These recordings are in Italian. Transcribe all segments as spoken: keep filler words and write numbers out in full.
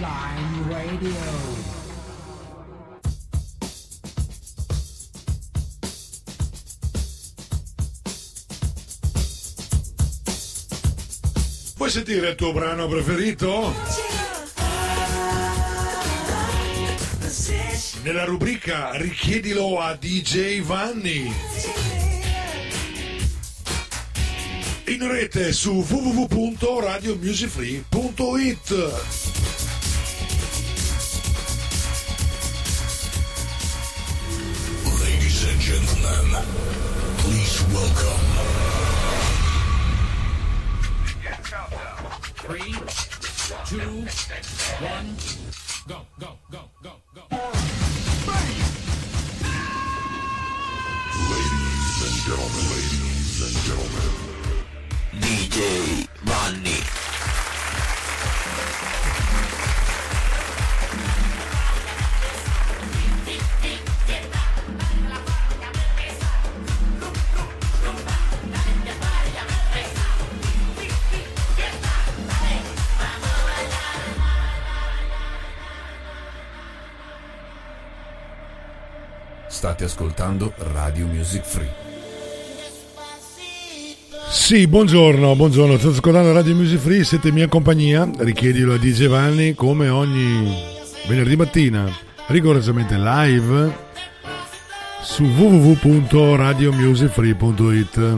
Online Radio. Vuoi sentire il tuo brano preferito? Nella rubrica richiedilo a D J Vanni. In rete su w w w punto radio music free punto i t. Ladies and gentlemen, please welcome. Three, two, one, go, go, go, go, go. Ladies and gentlemen, ladies and gentlemen, D J Vanni. State ascoltando Radio Music Free. Sì, buongiorno, buongiorno, sto ascoltando Radio Music Free, siete in mia compagnia, richiedilo a D J Vanni come ogni venerdì mattina, rigorosamente live su w w w punto radio music free punto i t.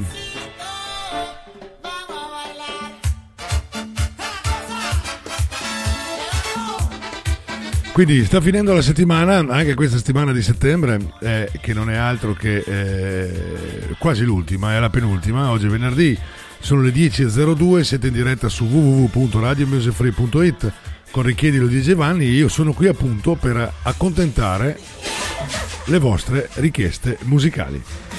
Quindi sta finendo la settimana, anche questa settimana di settembre, eh, che non è altro che eh, quasi l'ultima, è la penultima. Oggi è venerdì, sono le dieci e zero due, siete in diretta su w w w punto radio music free punto i t con richiedilo di D J Vanni. Io sono qui appunto per accontentare le vostre richieste musicali.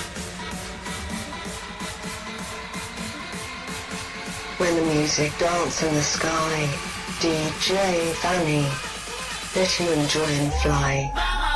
When the music dance in the sky, D J Vanni. Let you enjoy and fly.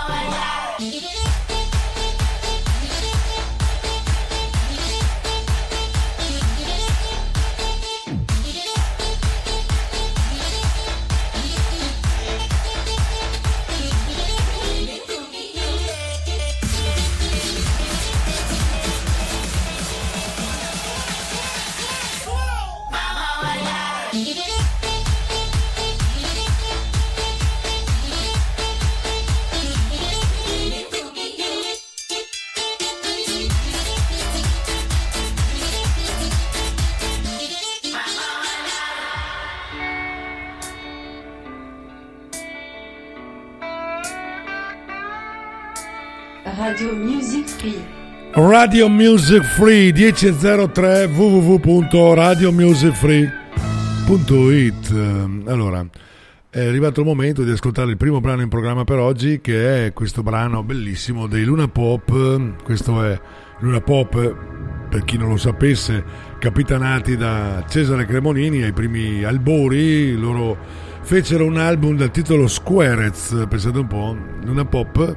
Radio Music Free. Radio Music Free dieci e zero tre w w w punto radio music free punto i t. Allora, è arrivato il momento di ascoltare il primo brano in programma per oggi, che è questo brano bellissimo dei Luna Pop. Questo è Luna Pop, per chi non lo sapesse, capitanati da Cesare Cremonini ai primi albori. Loro fecero un album dal titolo Squarez, pensate un po', Luna Pop.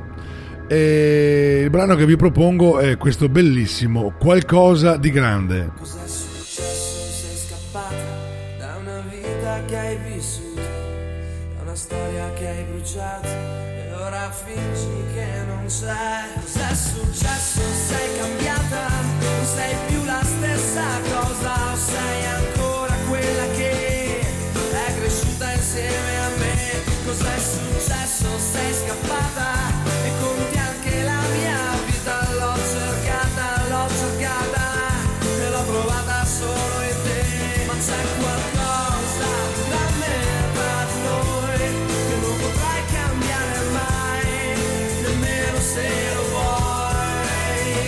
E il brano che vi propongo è questo bellissimo Qualcosa di grande. Cos'è successo? Sei scappata da una vita che hai vissuto, da una storia che hai bruciato e ora fingi che non c'è. Cos'è successo? Sei cambiata, non sei più la stessa cosa, o sei ancora quella che è cresciuta insieme a me. Cos'è successo? Sei scappata e conti anche la mia vita. L'ho cercata, l'ho cercata e l'ho provata solo in te. Ma c'è qualcosa tra me e tra di noi che non potrai cambiare mai, nemmeno se lo vuoi.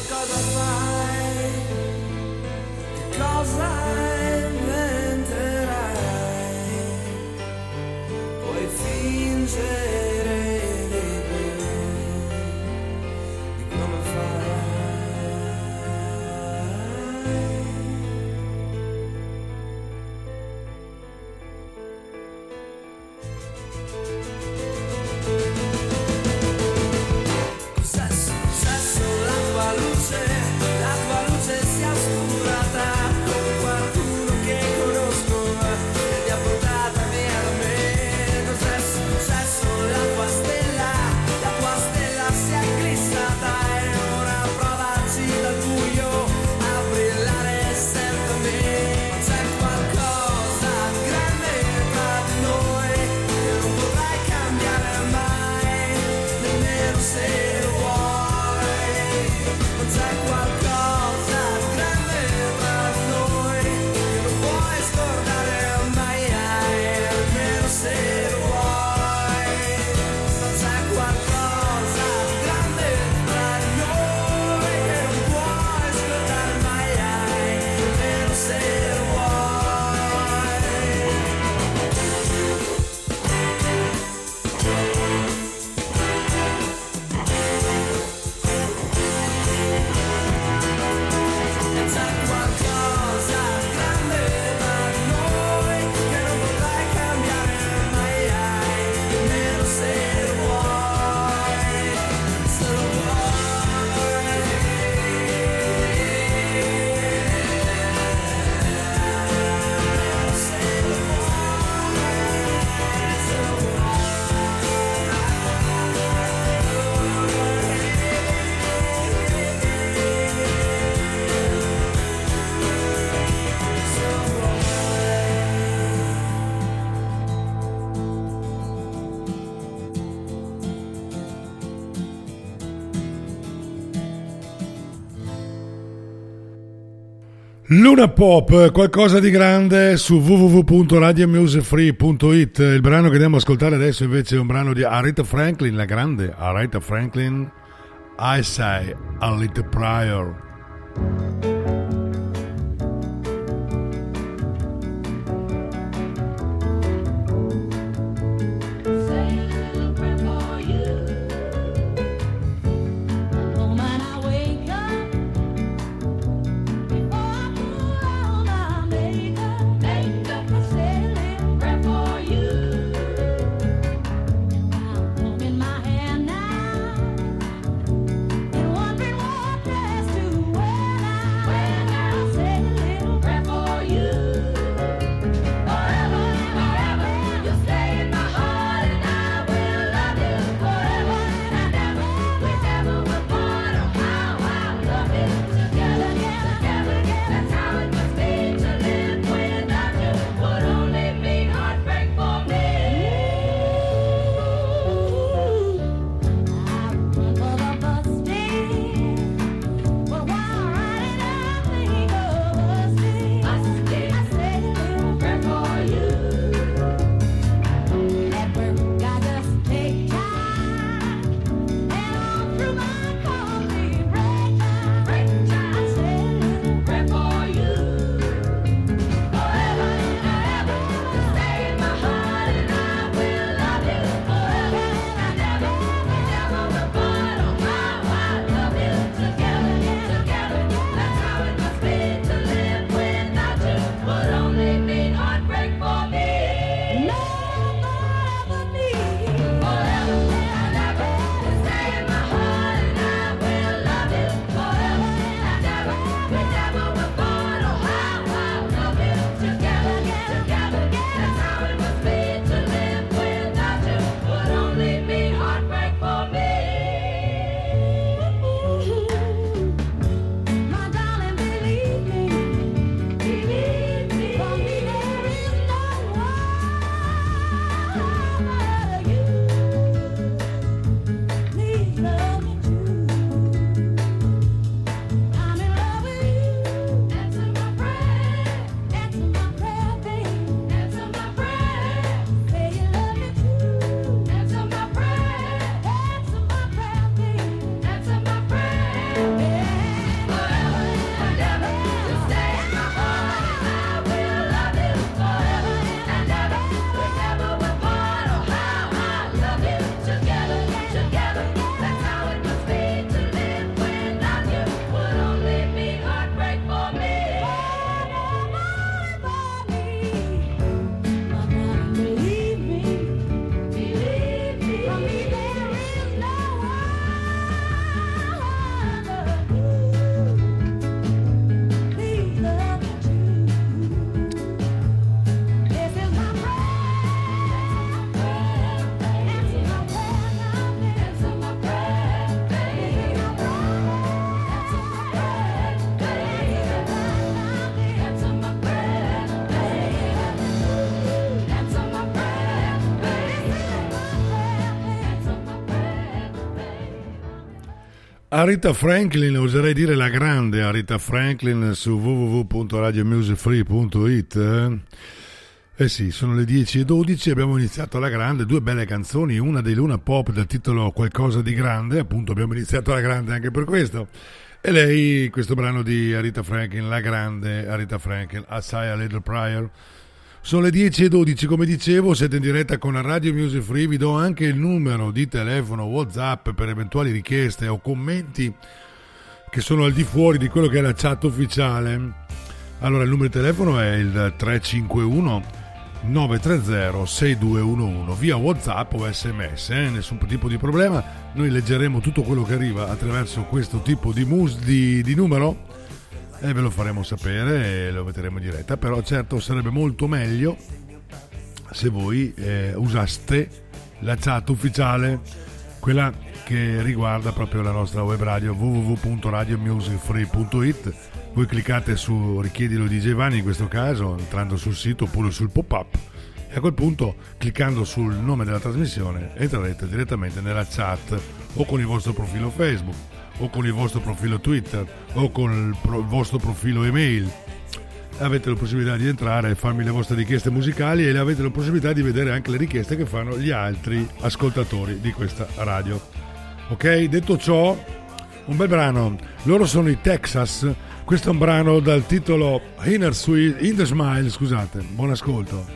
cosa fai, che cosa inventerai, puoi fingere di più di come farai. Cos'è successo? La tua luce, la tua luce si è oscurata come qualcuno che conosco e mi ha portata via da me. Cos'è successo? La tua stella, la tua stella si è eclissata e ora provaci dal buio a brillare senza me. Ma c'è qualcosa di grande tra di noi che non potrai cambiare mai, nemmeno se lo vuoi. Ma c'è qualcosa di grande tra di noi che non puoi scordare mai, nemmeno se lo vuoi. Ma c'è qualcosa di grande tra di noi che non puoi scordare mai, nemmeno se lo vuoi. C'è qualcosa di grande tra di noi che non potrai cambiare mai, nemmeno se lo vuoi, se lo vuoi. Se lo vuoi, se lo Luna Pop, qualcosa di grande su w w w punto radio music free punto it. Il brano che andiamo ad ascoltare adesso invece è un brano di Aretha Franklin, la grande Aretha Franklin, I Say a Little Prayer. Aretha Franklin, oserei dire la grande Aretha Franklin su w w w punto radio music free punto i t. Eh? eh sì, sono le dieci e dodici, abbiamo iniziato alla grande, due belle canzoni, una dei Luna Pop dal titolo Qualcosa di grande, appunto abbiamo iniziato alla grande anche per questo, e lei, questo brano di Aretha Franklin, la grande Aretha Franklin, Assai a Little Prayer. Sono le dieci e dodici, come dicevo, siete in diretta con Radio Music Free, vi do anche il numero di telefono WhatsApp per eventuali richieste o commenti che sono al di fuori di quello che è la chat ufficiale. Allora il numero di telefono è il tre cinque uno nove tre zero sei due uno uno, via WhatsApp o sms, eh? Nessun tipo di problema, noi leggeremo tutto quello che arriva attraverso questo tipo di, mus- di, di numero e ve lo faremo sapere e lo vedremo in diretta. Però certo sarebbe molto meglio se voi eh, usaste la chat ufficiale, quella che riguarda proprio la nostra web radio w w w punto radio music free punto i t. Voi cliccate su richiedilo di D J Vanni in questo caso, entrando sul sito oppure sul pop-up, e a quel punto cliccando sul nome della trasmissione entrerete direttamente nella chat o con il vostro profilo Facebook o con il vostro profilo Twitter o con il, pro- il vostro profilo email. Avete la possibilità di entrare e farmi le vostre richieste musicali e avete la possibilità di vedere anche le richieste che fanno gli altri ascoltatori di questa radio. Ok, detto ciò, un bel brano, loro sono i Texas, questo è un brano dal titolo Inner Sweet, In the Smile, scusate, buon ascolto.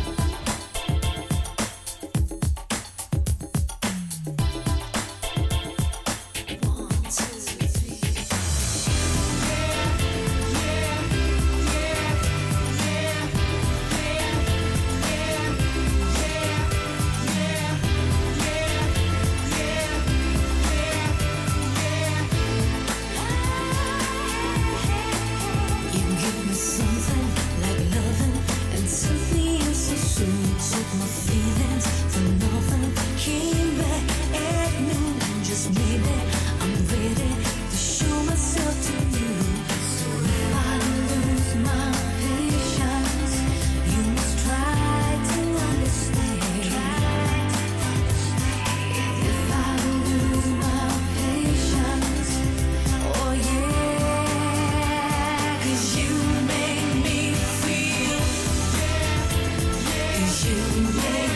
Something like loving and simply so sweet. Took my feelings you make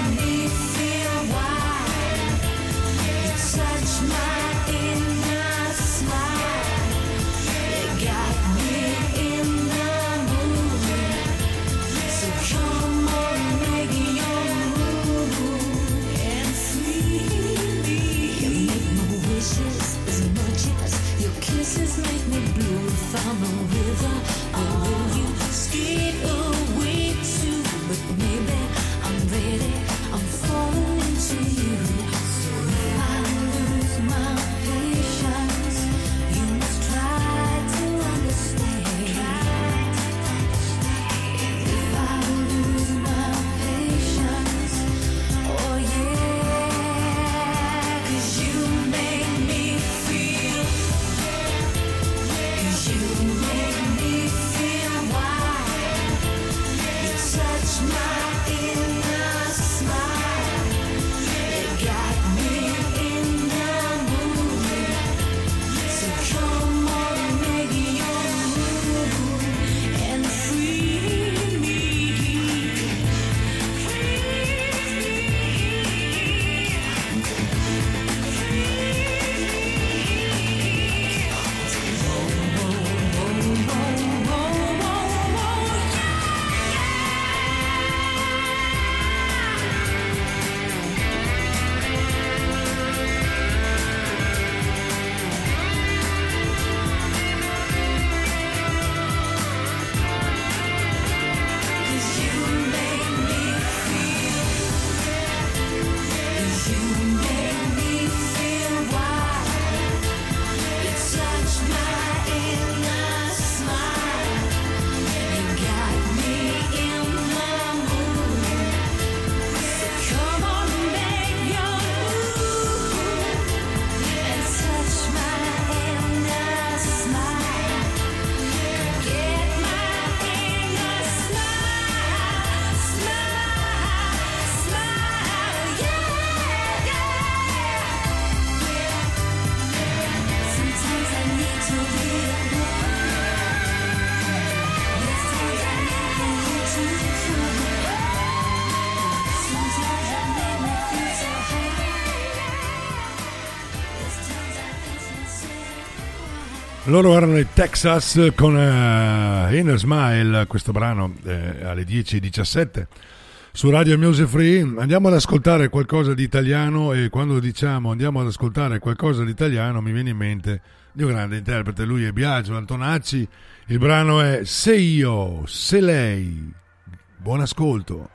Loro erano i Texas con uh, Inner Smile, questo brano eh, alle dieci e diciassette su Radio Music Free. Andiamo ad ascoltare qualcosa di italiano, e quando diciamo andiamo ad ascoltare qualcosa di italiano mi viene in mente di un grande interprete, lui è Biagio Antonacci, il brano è Se io, se lei. Buon ascolto.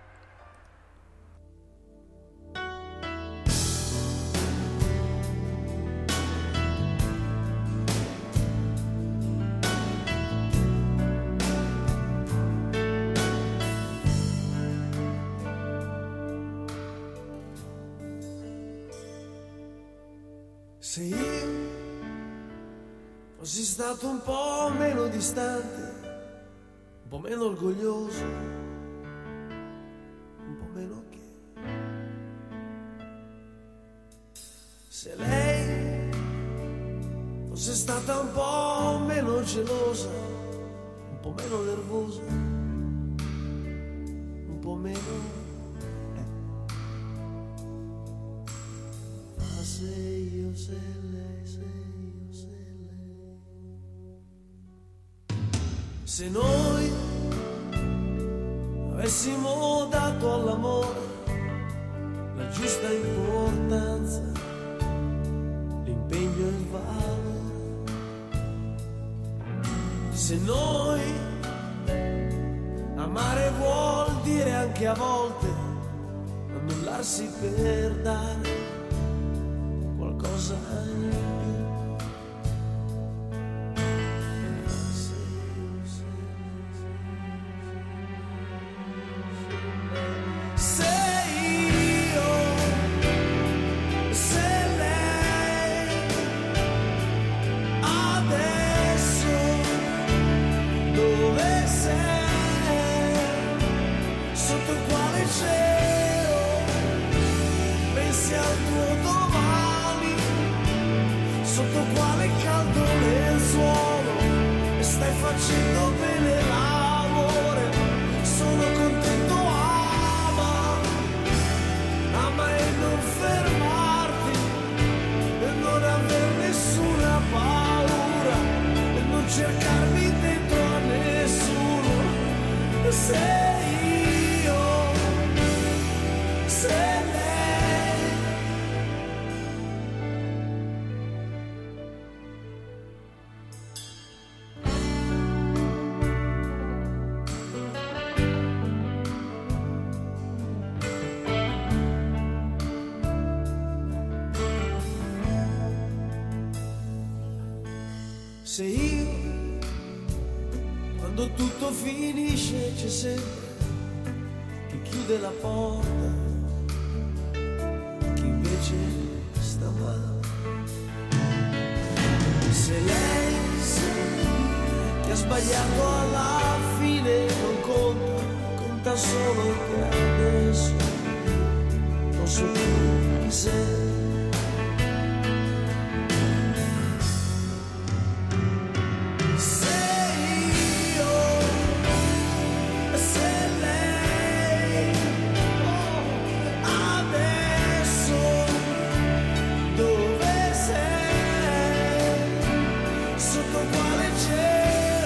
Se io fossi stato un po' meno distante, un po' meno orgoglioso, un po' meno che, se lei fosse stata un po' meno gelosa, un po' meno nervosa, un po' meno. Se io, se lei, se io, se lei. Se noi avessimo dato all'amore la giusta importanza, l'impegno e il valore. Se noi amare vuol dire anche a volte annullarsi per dare qualcosa in più. Se io, se io, se lei adesso dove sei, sotto quale cielo pensi al tuo domani, sotto quale caldo nel suolo, e stai facendo bene l'amore. Sono contento, ama, ama e non fermarti, e non aver nessuna paura, e non cercarmi dentro a nessuno. Se io, se lei. Se io, quando tutto finisce, c'è sempre chi chiude la porta, chi invece sta male. Se lei, se che ha sbagliato alla fine non conta, conta solo che adesso non so più chi sei.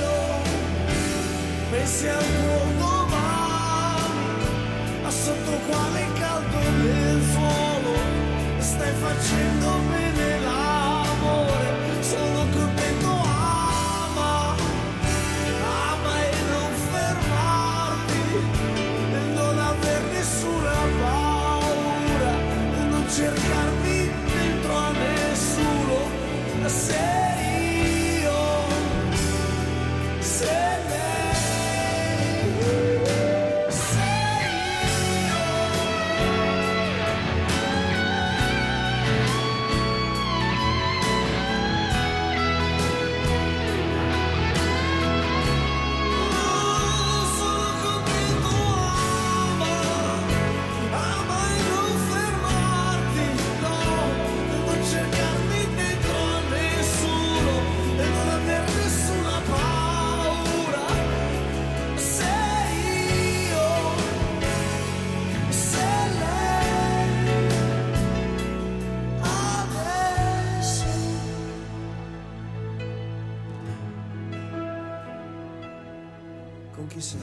Pensi al tuo domani, a sotto chi sei.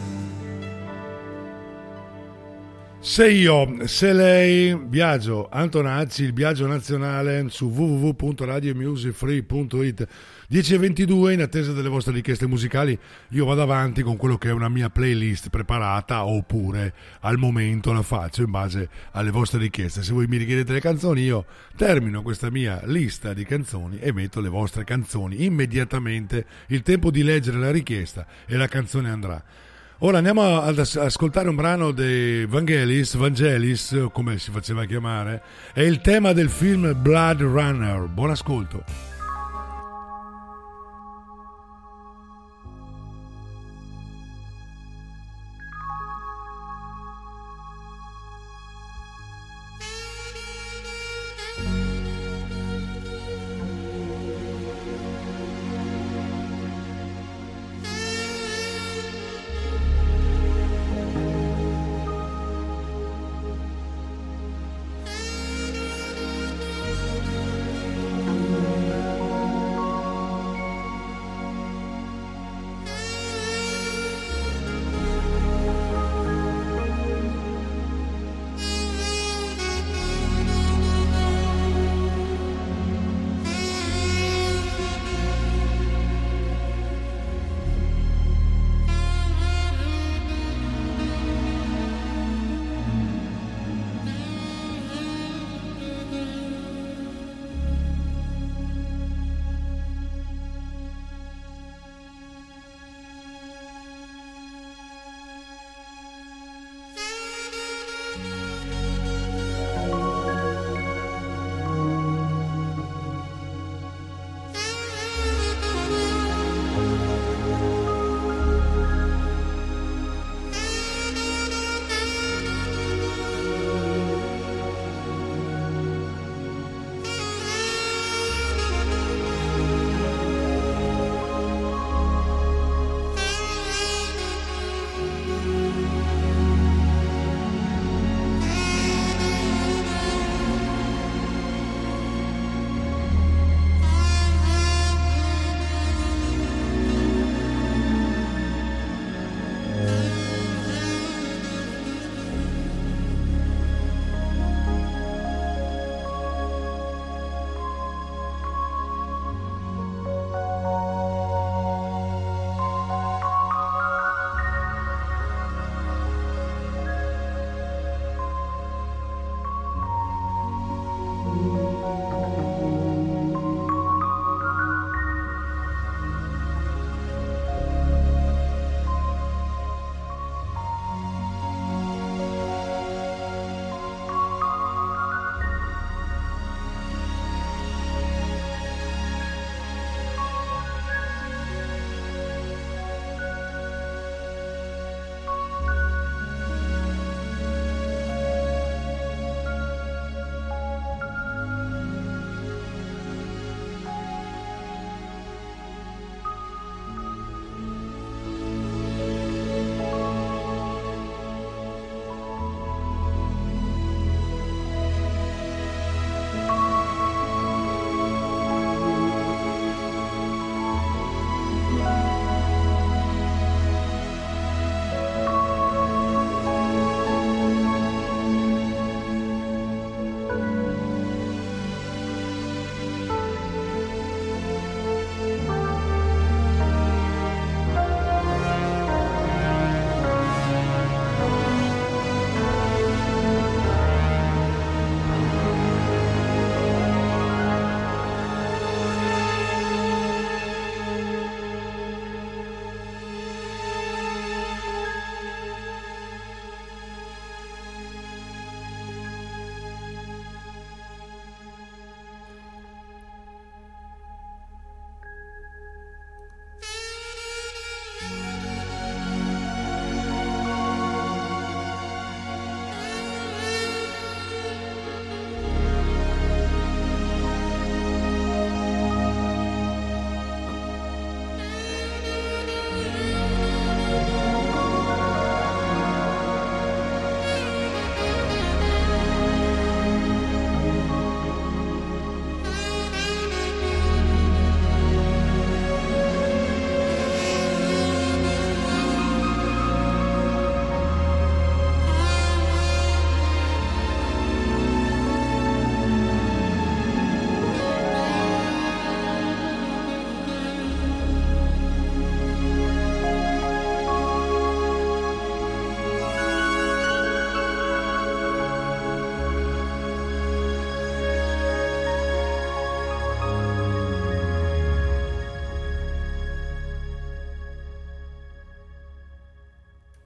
Se io, se lei, Biagio Antonacci, il viaggio nazionale su w w w punto radio music free punto i t. dieci e ventidue, in attesa delle vostre richieste musicali, io vado avanti con quello che è una mia playlist preparata, oppure al momento la faccio in base alle vostre richieste. Se voi mi richiedete le canzoni, io termino questa mia lista di canzoni e metto le vostre canzoni immediatamente, il tempo di leggere la richiesta e la canzone andrà. Ora andiamo ad as- ascoltare un brano dei Vangelis, Vangelis, come si faceva chiamare, è il tema del film Blood Runner. Buon ascolto. Thank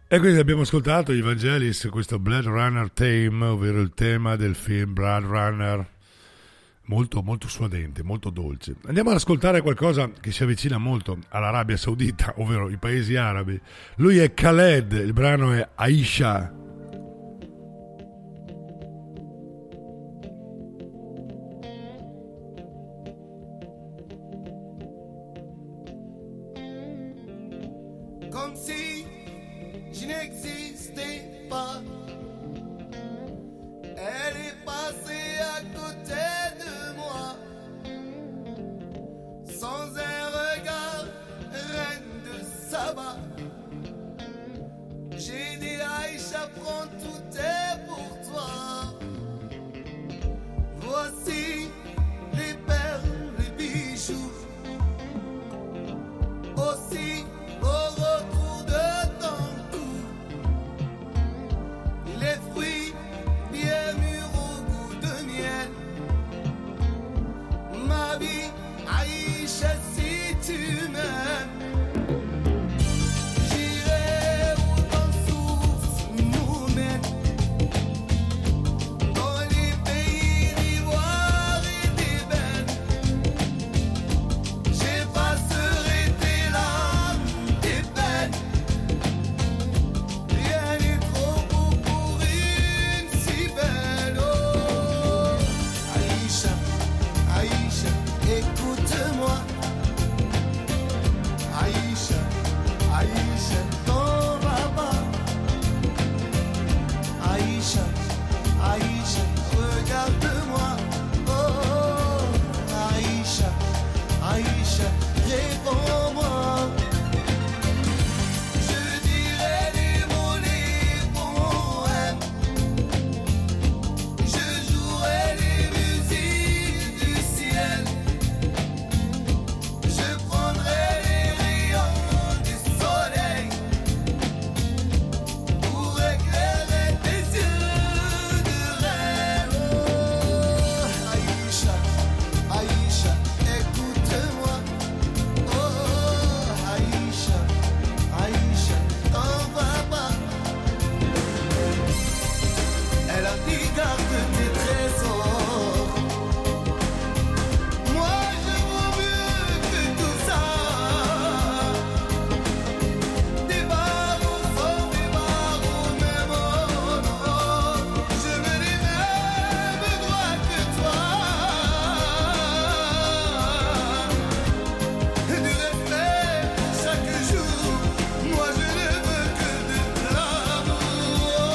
E quindi abbiamo ascoltato i Vangelis, questo Blade Runner Theme, ovvero il tema del film Blade Runner, molto molto suadente, molto dolce. Andiamo ad ascoltare qualcosa che si avvicina molto all'Arabia Saudita, ovvero i paesi arabi. Lui è Khaled, il brano è Aisha. Comme si je n'existais pas. Elle est passée à côté de moi, sans un regard, reine de Saba. J'ai dit Aïcha, prends tout est pour toi. Voici les perles, les bijoux, aussi au retour de ton cou, les fruits bien mûrs au goût de miel. Ma vie, Aïcha, si tu m'aimes, j'irai où ton souffle nous mène, dans les pays d'ivoire et d'ébène. J'effacerai tes larmes, tes peines. Rien n'est trop beau pour une si belle. Oh, Aïcha, Aïcha, écoute-moi. Aïcha, Aïcha, t'en vas pas. Aïcha, Aïcha, regarde-moi. Oh, Aïcha, Aïcha, réponds-moi. Je dirai des mots, des poèmes. Je jouerai les musiques du ciel. Je prendrai les rayons du soleil pour éclairer tes yeux de rêve. Oh, Aïcha, Aïcha, écoute-moi. Oh, Aïcha, Aïcha, t'en vas pas. Elle a dit garde tes trésors. Moi je vaux mieux que tout ça. Des barreaux sont des barreaux, même oh non. Je me les mêmes droit que toi. Du respect chaque jour. Moi je ne veux que de l'amour.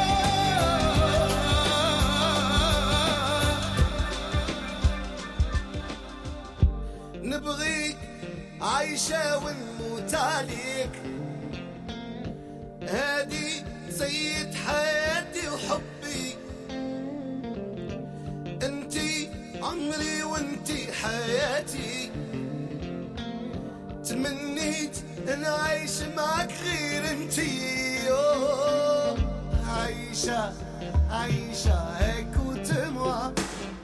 نبغيك عايشة ونموت عليك. هادي سيد حياتي وحبي. انتي عمري وانتي حياتي. تمنيت نعيش معك غير انتي. أوه، عايشة عايشة écoute-moi.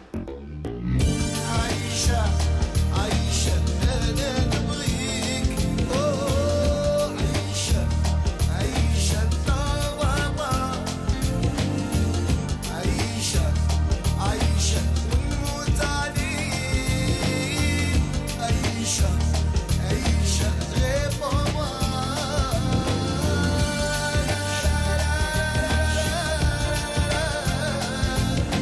عايشة عايشة أنا نبغيك. أوه، عايشة عايشة طوابا. عايشة عايشة ونموت عليك. عايشة عايشة réponds-moi. La, la, la, la, la, la.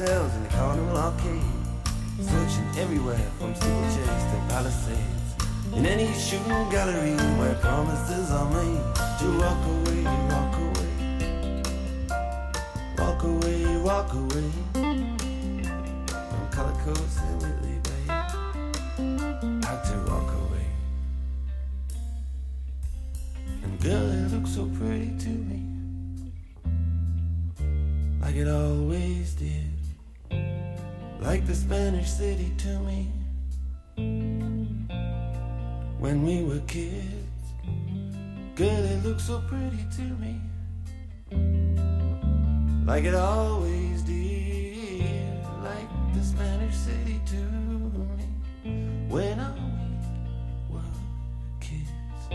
ourselves in the carnival arcade, searching everywhere from steeplechase to palisades, in any shooting gallery where promises are made to walk away, walk away, walk away, walk away from Color Coast and Whitley Bay, out to Rockaway. And girl, it looks so pretty to me, like it always did, like the Spanish city to me when we were kids. Girl, it looks so pretty to me, like it always did, like the Spanish city to me when I we were kids.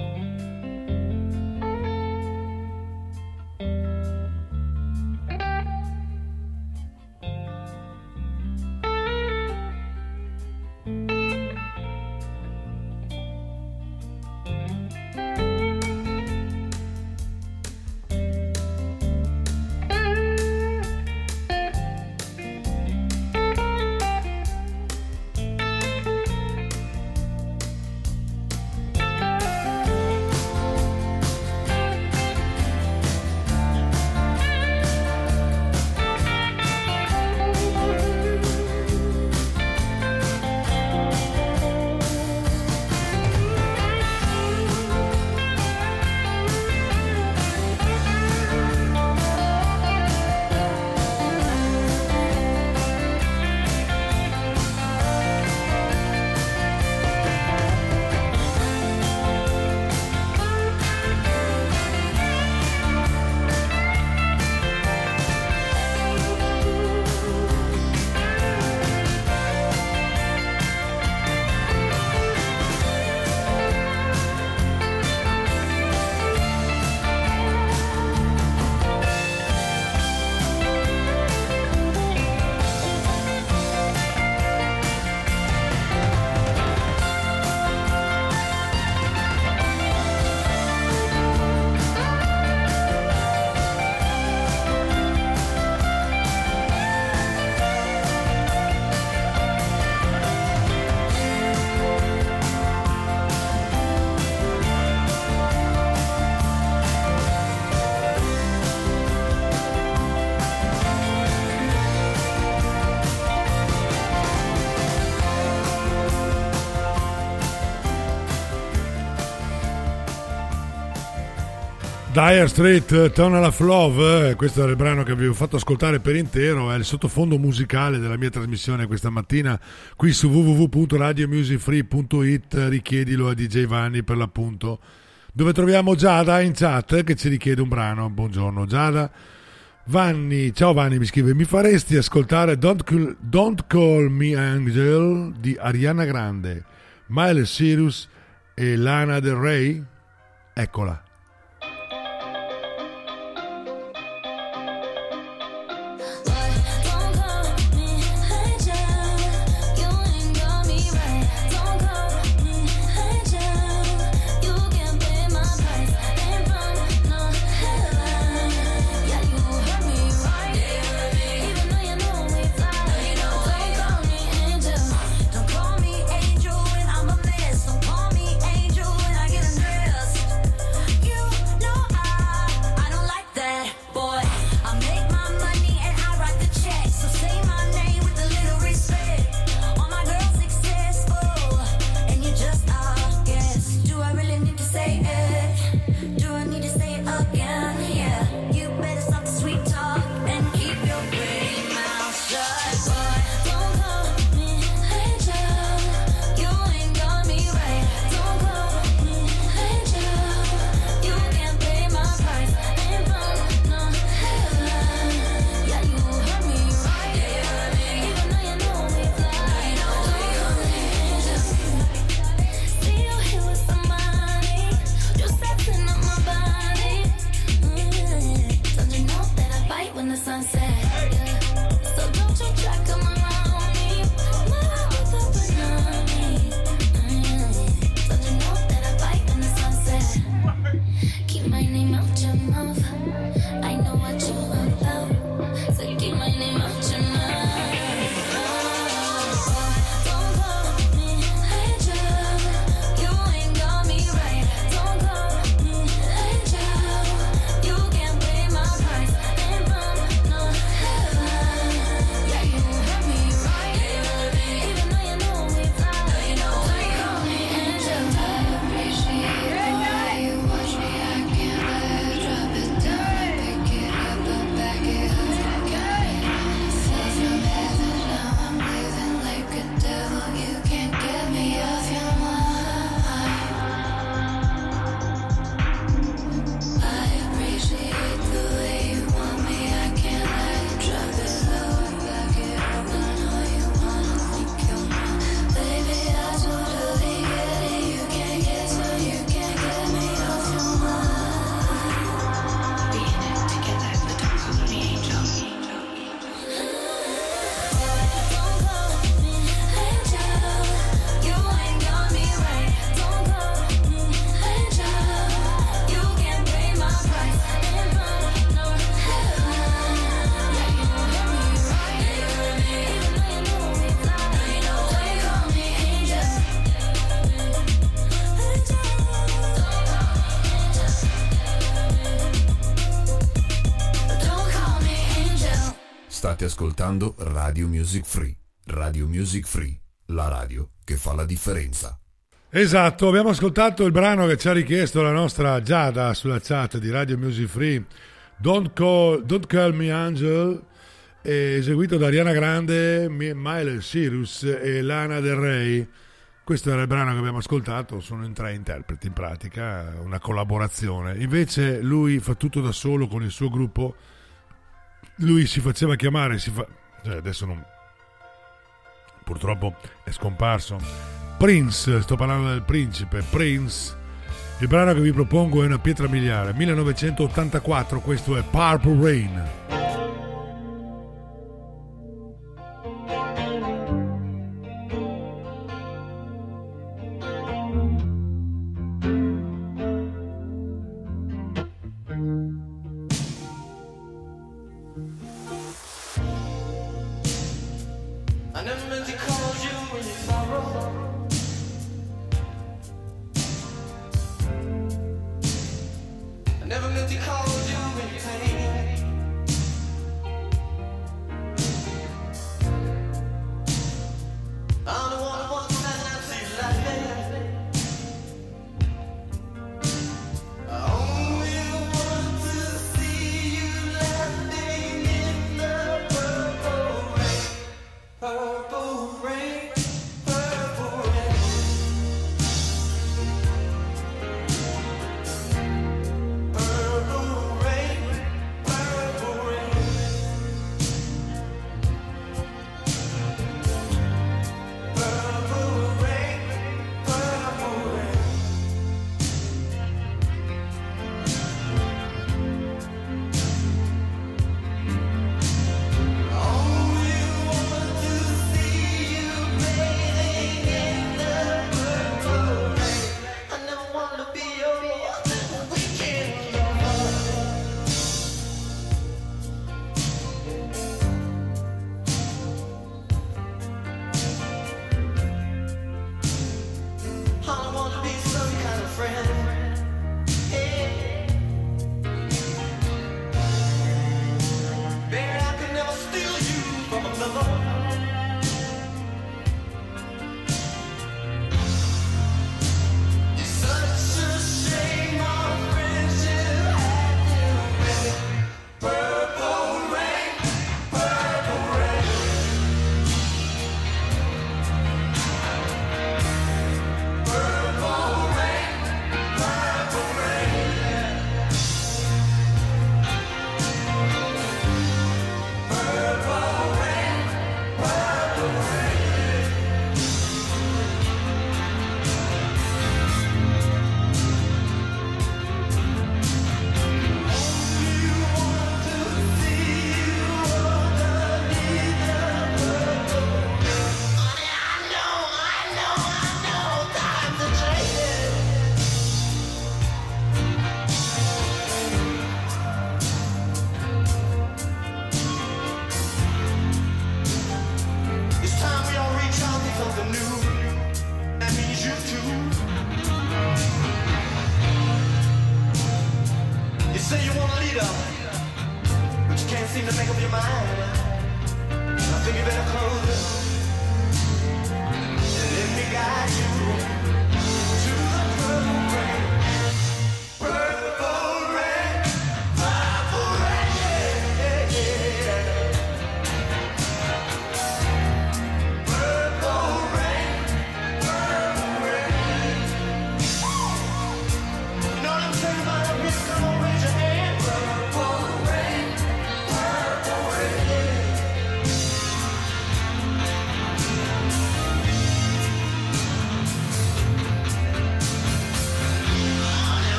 Dire Straits, Tunnel of Love, questo era il brano che vi ho fatto ascoltare per intero, è il sottofondo musicale della mia trasmissione questa mattina qui su w w w punto radio music free punto i t, richiedilo a D J Vanni per l'appunto, dove troviamo Giada in chat che ci richiede un brano. Buongiorno Giada. Vanni, ciao Vanni, mi scrive: mi faresti ascoltare Don't Call, Don't Call Me Angel di Ariana Grande, Miley Cyrus e Lana Del Rey? Eccola. Angel when I'm a mess. Don't call me angel when I get undressed. State ascoltando Radio Music Free. Radio Music Free, la radio che fa la differenza. Esatto, abbiamo ascoltato il brano che ci ha richiesto la nostra Giada sulla chat di Radio Music Free, Don't Call, Don't Call Me Angel, eseguito da Ariana Grande, Miley Cyrus e Lana Del Rey. Questo era il brano che abbiamo ascoltato, sono in tre interpreti in pratica, una collaborazione. Invece lui fa tutto da solo con il suo gruppo, lui si faceva chiamare, si fa... cioè adesso non... purtroppo è scomparso, Prince, sto parlando del principe, Prince. Il brano che vi propongo è una pietra miliare, millenovecentottantaquattro, questo è Purple Rain.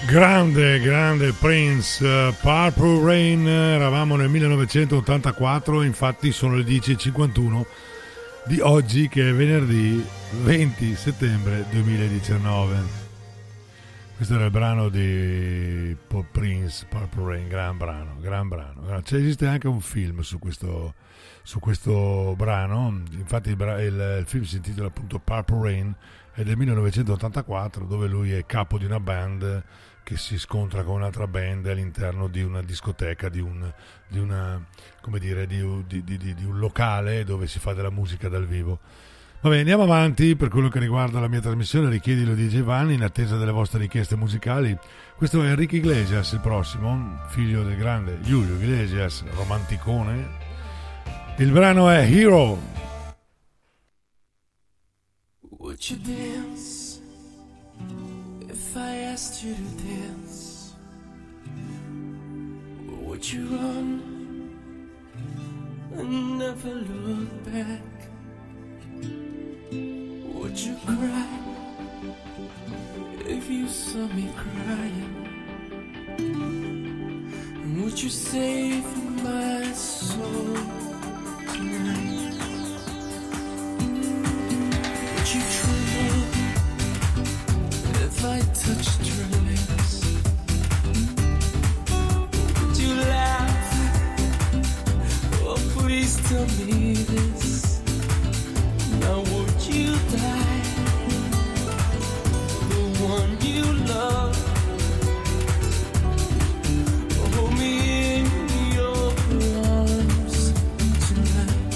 Grande, grande Prince, uh, Purple Rain. Eravamo nel millenovecentottantaquattro, infatti sono le dieci e cinquantuno di oggi, che è venerdì venti settembre duemiladiciannove. Questo era il brano di Paul Prince, Purple Rain, gran brano, gran brano. C'è, esiste anche un film su questo, su questo brano, infatti il, il, il film si intitola appunto Purple Rain, è del millenovecentottantaquattro, dove lui è capo di una band che si scontra con un'altra band all'interno di una discoteca, di un, di una, come dire, di, di, di, di un locale dove si fa della musica dal vivo. Vabbè, andiamo avanti. Per quello che riguarda la mia trasmissione, richiedilo di D J Vanni, in attesa delle vostre richieste musicali. Questo è Enrique Iglesias, il prossimo, figlio del grande Julio Iglesias, romanticone. Il brano è Hero. Would you dance if I asked you to dance? Or would you run and never look back? Would you cry if you saw me crying? And would you save my soul tonight? Would you tremble if I touched your lips? Would you laugh? Oh, please tell me this. Now would you die? The one you love. Hold me in your arms tonight.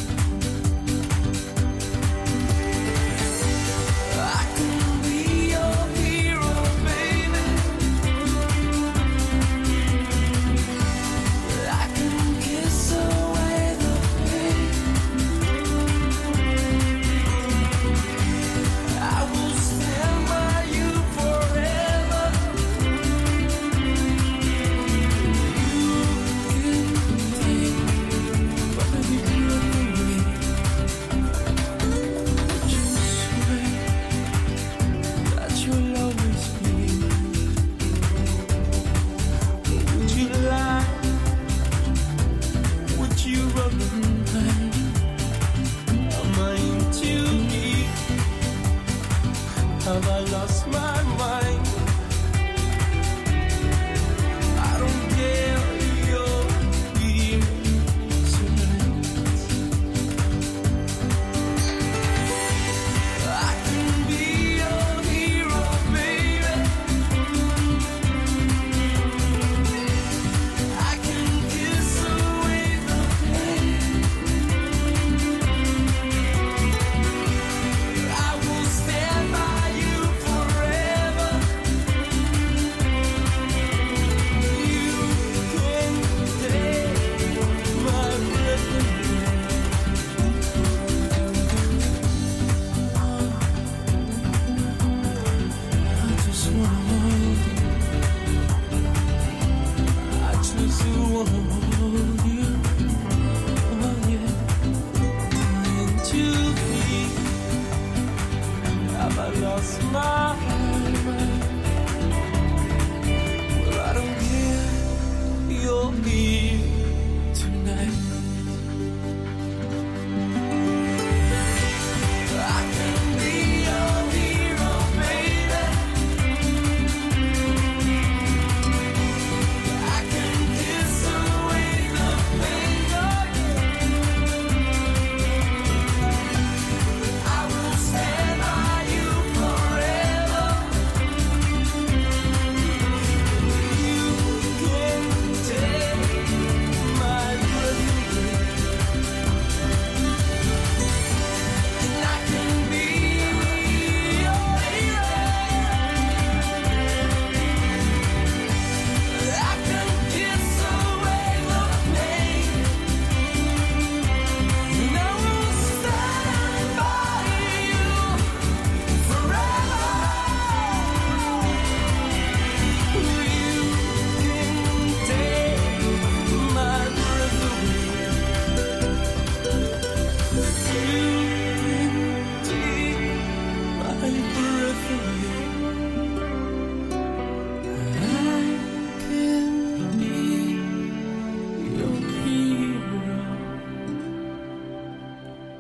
I can be your hero, baby. I can kiss away the pain.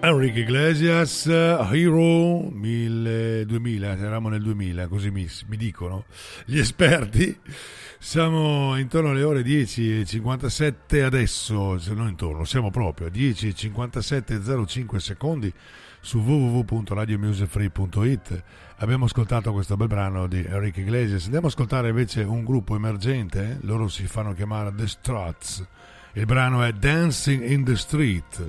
Enrique Iglesias, Hero mille, duemila, eravamo nel duemila, così mi, mi dicono gli esperti. Siamo intorno alle ore dieci e cinquantasette adesso, se non intorno, siamo proprio a dieci e cinquantasette e zero cinque secondi su w w w punto radio music free punto i t. Abbiamo ascoltato questo bel brano di Enrique Iglesias. Andiamo a ascoltare invece un gruppo emergente, loro si fanno chiamare The Struts. Il brano è Dancing in the Street.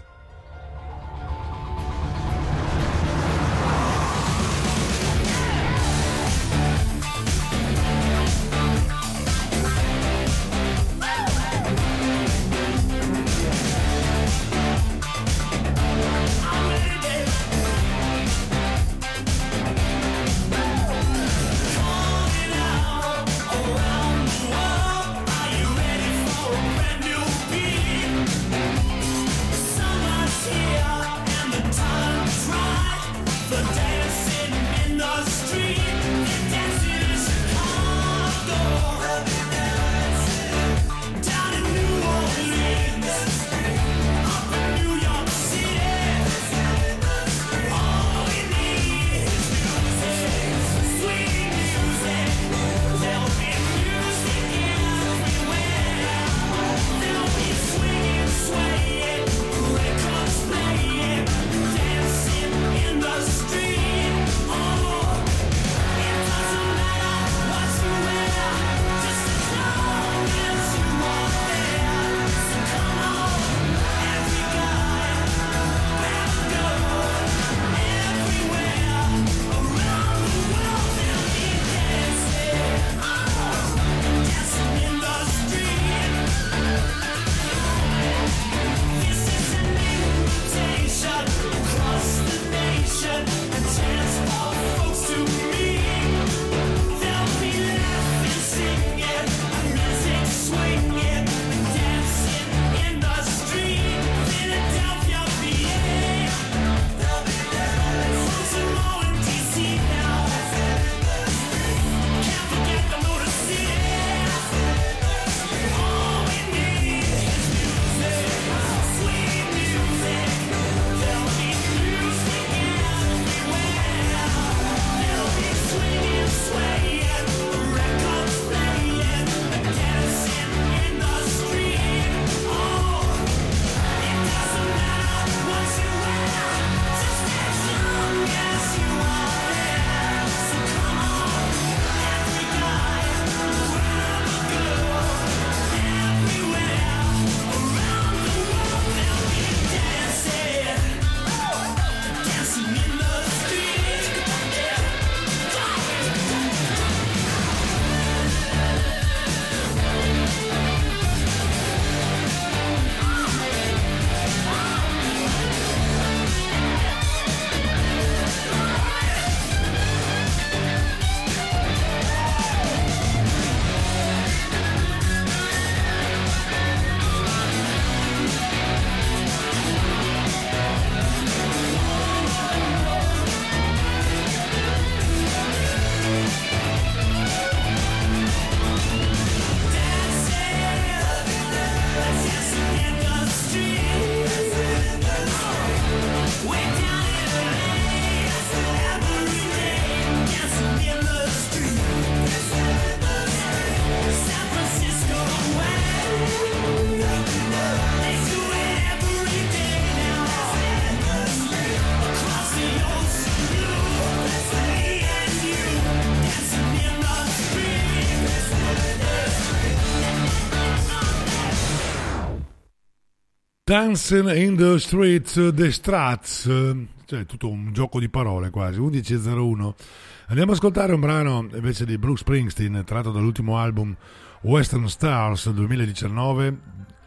Dancing in the Streets, The Struts, cioè tutto un gioco di parole quasi. Undici e zero uno. Andiamo ad ascoltare un brano invece di Bruce Springsteen tratto dall'ultimo album Western Stars duemiladiciannove,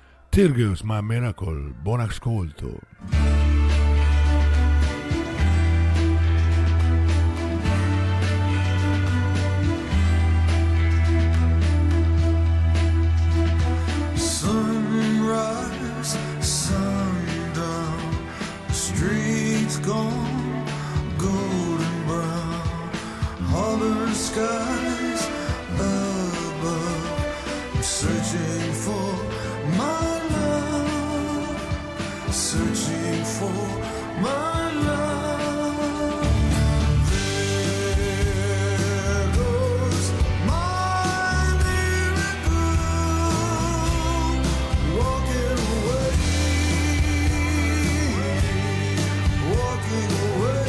Tirgus My Miracle. Buon ascolto. Gone, golden brown, holler skies above. I'm searching for my love, searching for my love. There goes my miracle, walking away, walking away.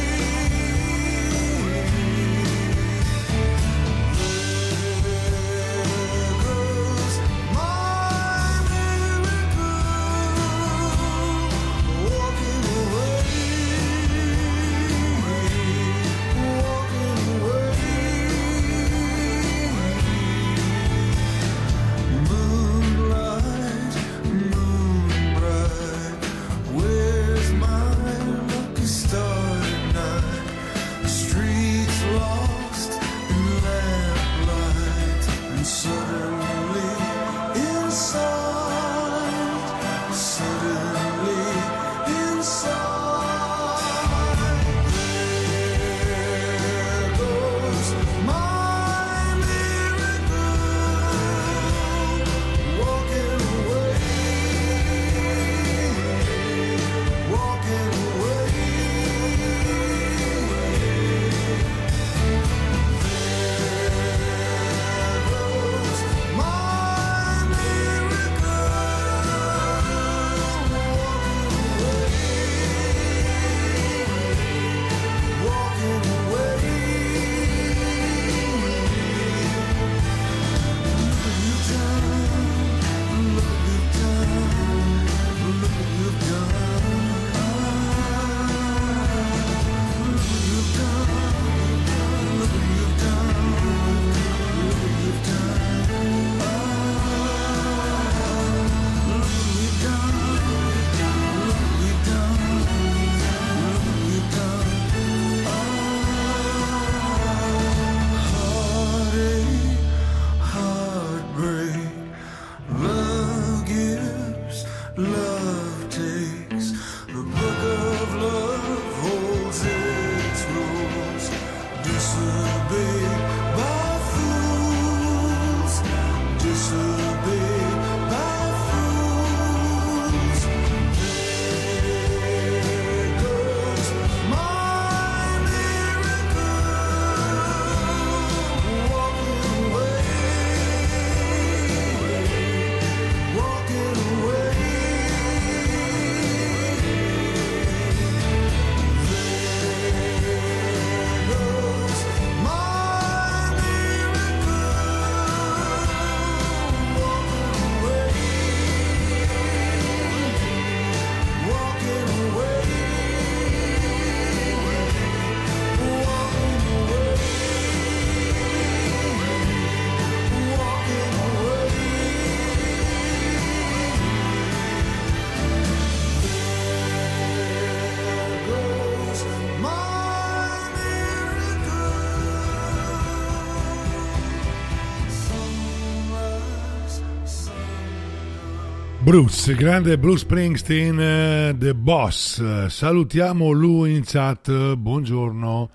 Bruce, grande Bruce Springsteen, uh, The Boss. Salutiamo lui in chat, buongiorno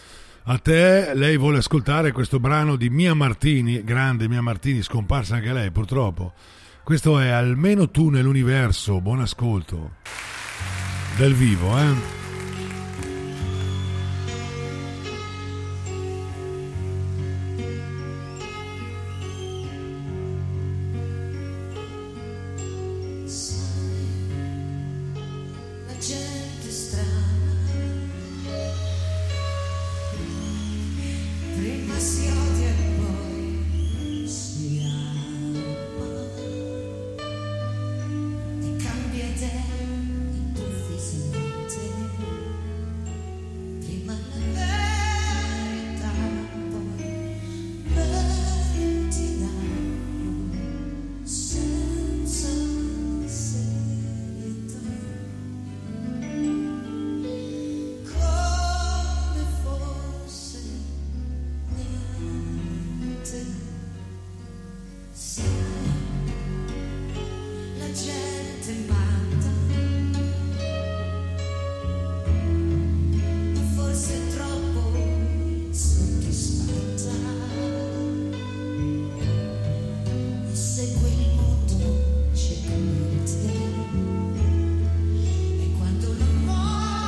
a te. Lei vuole ascoltare questo brano di Mia Martini, grande Mia Martini, scomparsa anche lei purtroppo. Questo è Almeno tu nell'universo, buon ascolto. Dal vivo, eh? Quando l'amore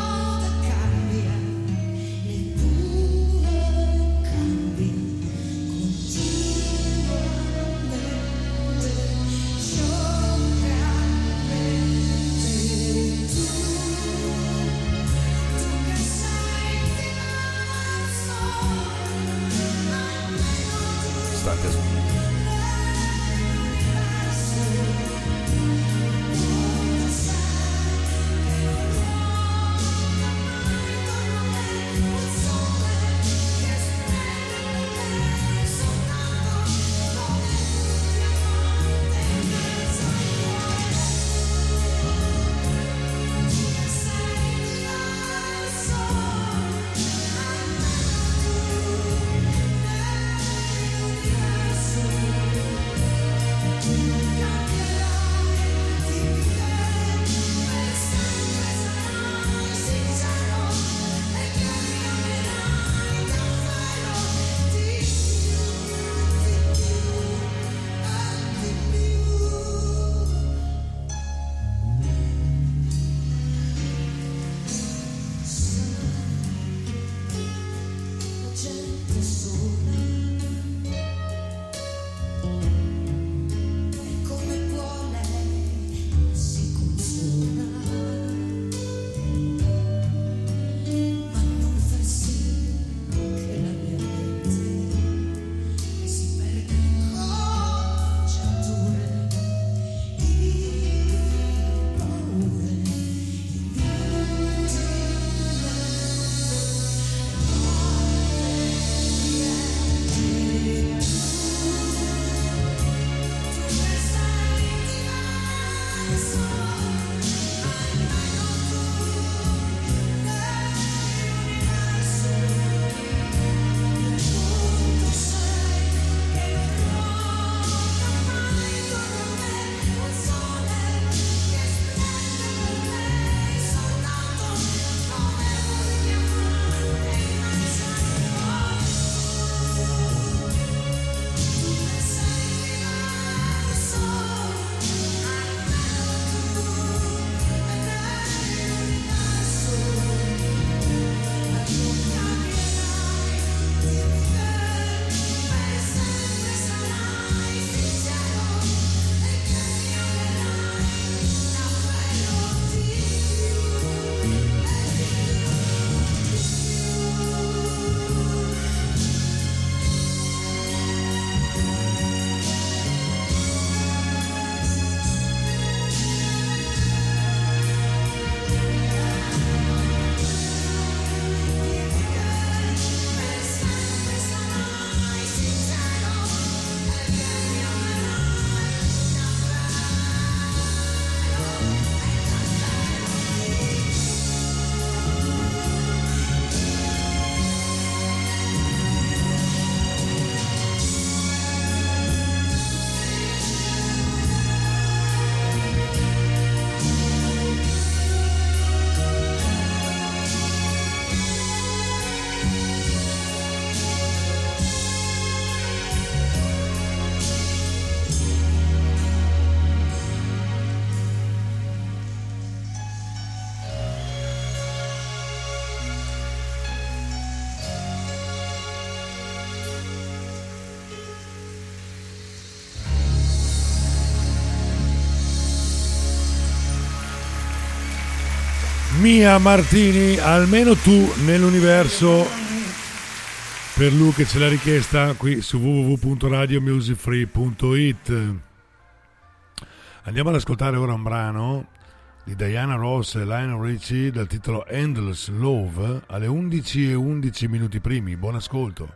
Mia Martini, almeno tu nell'universo, per lui che ce l'ha richiesta qui su w w w punto radio music free punto i t. Andiamo ad ascoltare ora un brano di Diana Ross e Lionel Richie dal titolo Endless Love alle undici e undici minuti primi. Buon ascolto.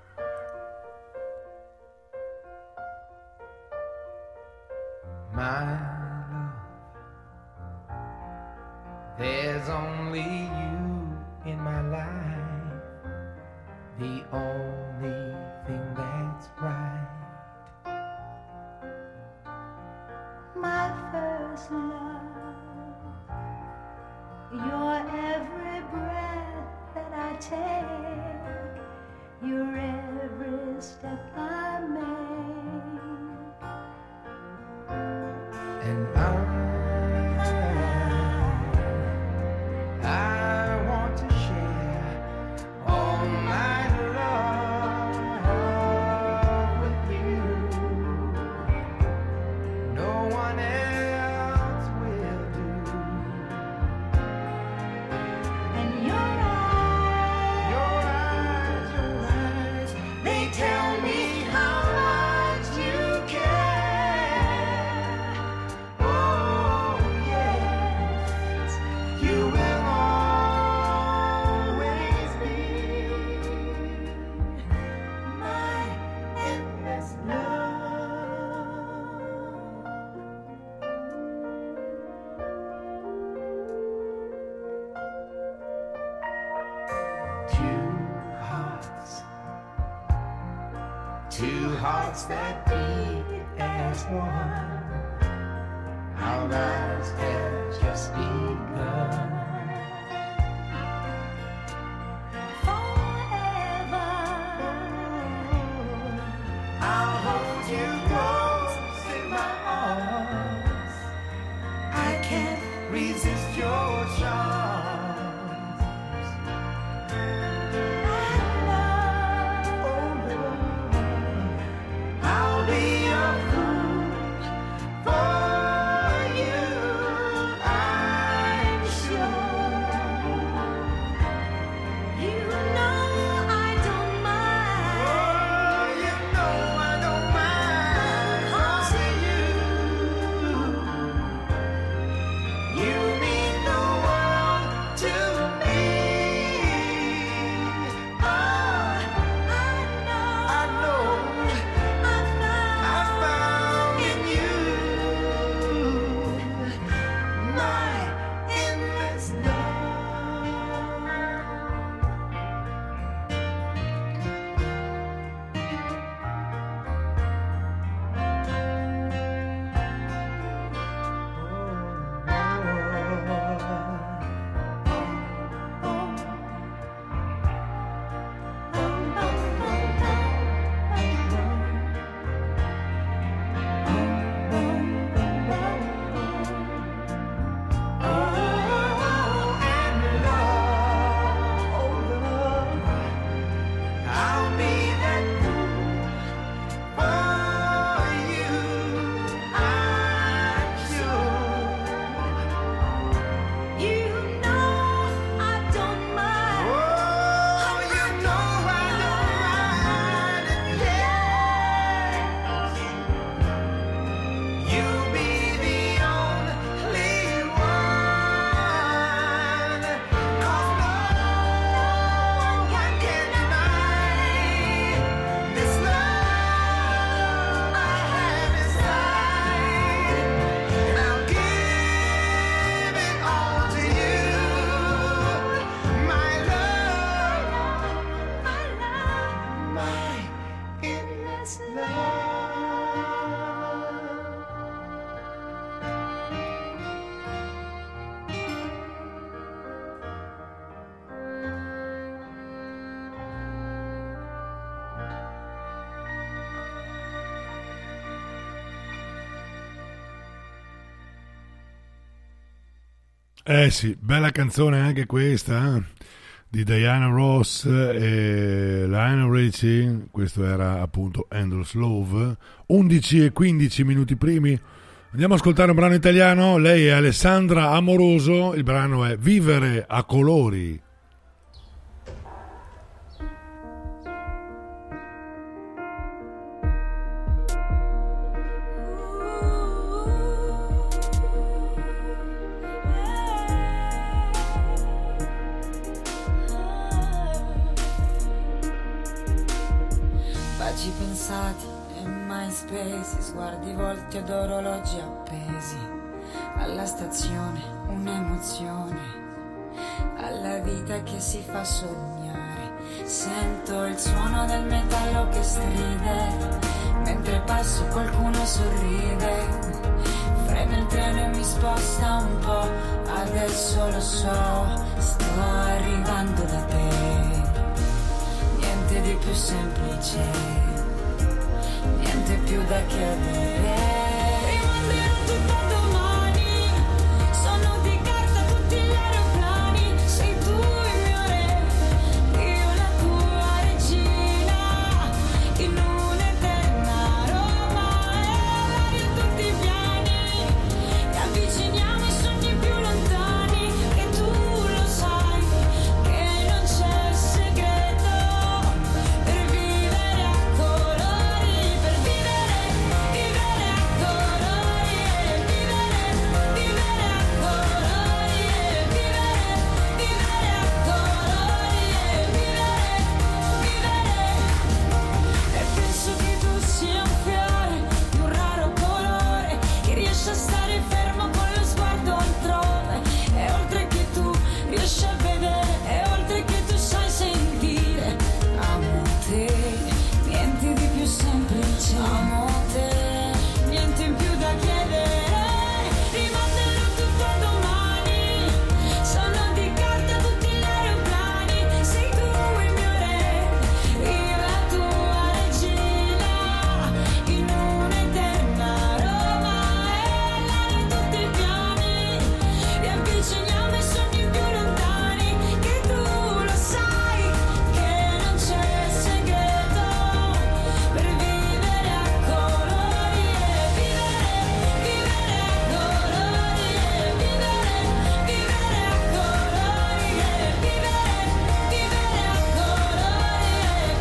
My love, there's only you in my life, the only thing that's right. My first love, your every breath that I take, your every step I make, and I, I want to share all my love with you. No one else will do. and your eyes, Your eyes, your eyes, they tell me how much you care. Oh yes, you will always be my endless two hearts, two hearts that beat as one. Our lives have just begun. I'll hold you close in my arms. I can't resist your charms. Oh Lord, I'll be a fool for you, I'm sure. You know I don't mind. Oh, you know I don't mind causing you. You mean the world to me. Oh, I know, I know, I found in you my endless love. Oh, and love, oh love, I'll be that fool for you, I'm sure. You know I don't mind. Oh, you know I don't mind, and yes, you'll be the only one, 'cause no one can deny this love I have inside, and I'll give it all to you, my love, my love, my endless love. Eh sì, bella canzone anche questa, eh? Di Diana Ross e Lionel Richie. Questo era appunto Endless Love. Undici e quindici minuti primi. Andiamo a ascoltare un brano italiano. Lei è Alessandra Amoroso, il brano è Vivere a colori. Baci pensati e mai spesi, sguardi volti ed orologi appesi. Alla stazione un'emozione, alla vita che si fa sognare. Sento il suono del metallo che stride, mentre passo qualcuno sorride. Freno il treno e mi sposta un po', adesso lo so, sto arrivando da te. Niente di più semplice, niente più da chiedere. Rimanderò tutto a domani, sono di carta tutti gli aeroplani. Sei tu il mio re, io la tua regina, in un'eterna Roma. E l'aria tutti i piani, ti avviciniamo ai sogni più lontani. Che tu lo sai, che non c'è segreto per vivere a colori, per vivere, vivere a colori, e vivere, vivere a colori, e vivere, vivere a colori, e vivere, vivere. E penso che tu sia un fiore di un raro colore, che riesce a stare fermo con lo sguardo altrove. E oltre che tu riesci a vedere, e oltre che tu sai sentire, amo te, niente di più semplice, amo te, niente in più da chiedere. Rimanderò tutto a domani, sono di carta tutti gli aeroplani. Sei tu il mio re, io la tua regina, in un'eterna Roma. E l'aria tutti i piani, ti avviciniamo ai sogni più lontani. Che tu lo sai, che non c'è segreto per vivere a colori, e vivere, vivere a colori, e vivere, vivere a colori, e vivere, vivere a colori, e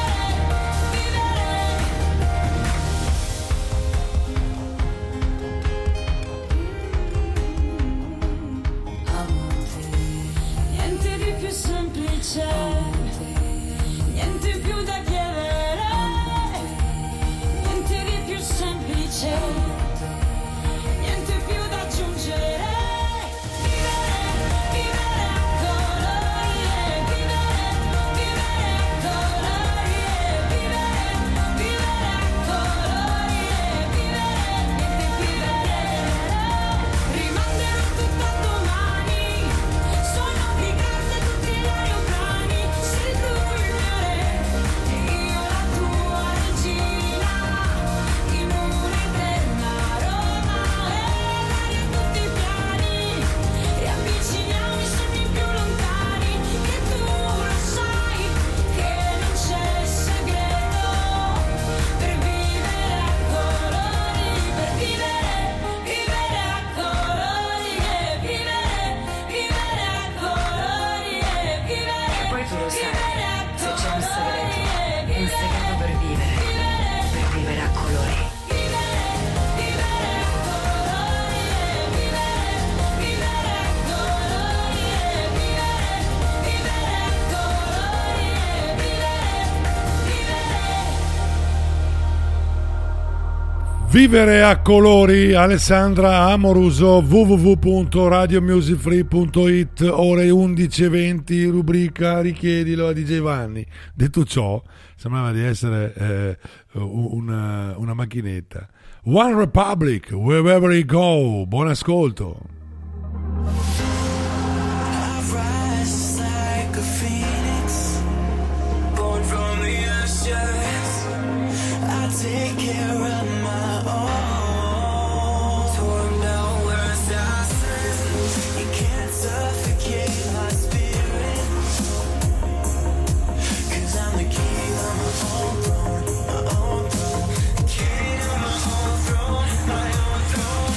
vivere, vivere. Amo te, niente di più semplice, niente più da chiedere, niente di più semplice, niente più da aggiungere. Vivere, vivere a colori, e vivere, vivere a colori, e vivere, vivere a colori, e vivere, niente più da chiedere. Rimanderò tutto a domani, sono di carta tutti gli aeroplani. Sei tu il mio re, io la tua regina, in un'eterna Roma. E l'aria tutti i piani, riavviciniamo i sogni più lontani. Che tu lo sai, che non c'è segreto per vivere a colori, per vivere, vivere a colori, e vivere, vivere a colori, e vivere. E poi tu lo sai, se c'è un segreto, un segreto per vivere, per vivere a colori. Vivere a colori, Alessandra Amoruso, w w w punto radio music free punto it, ore undici e venti, rubrica richiedilo a D J Vanni. Detto ciò, sembrava di essere eh, una, una macchinetta. One Republic, Wherever You Go, buon ascolto. I rise like a phoenix, born from the ashes. I take care of my own. Torn down words I said, you can't suffocate my spirit. 'Cause I'm the king of my own throne, my own throne. King of my own throne, my own throne.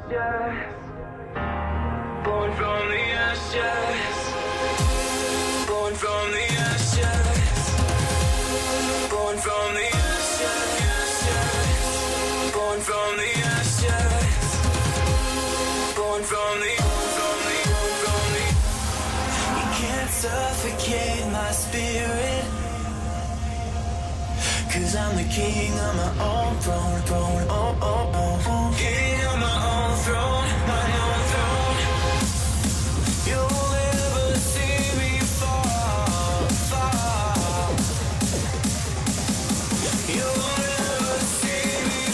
ashes. Born from the ashes. Born from the ashes. Born from the ashes. Born from the ashes. Born from the, from the, from the. You can't suffocate my spirit. 'Cause I'm the king on my own throne, throne, oh, oh, oh, oh. King on my own throne, my own throne. You'll never see me fall, fall. You'll never see me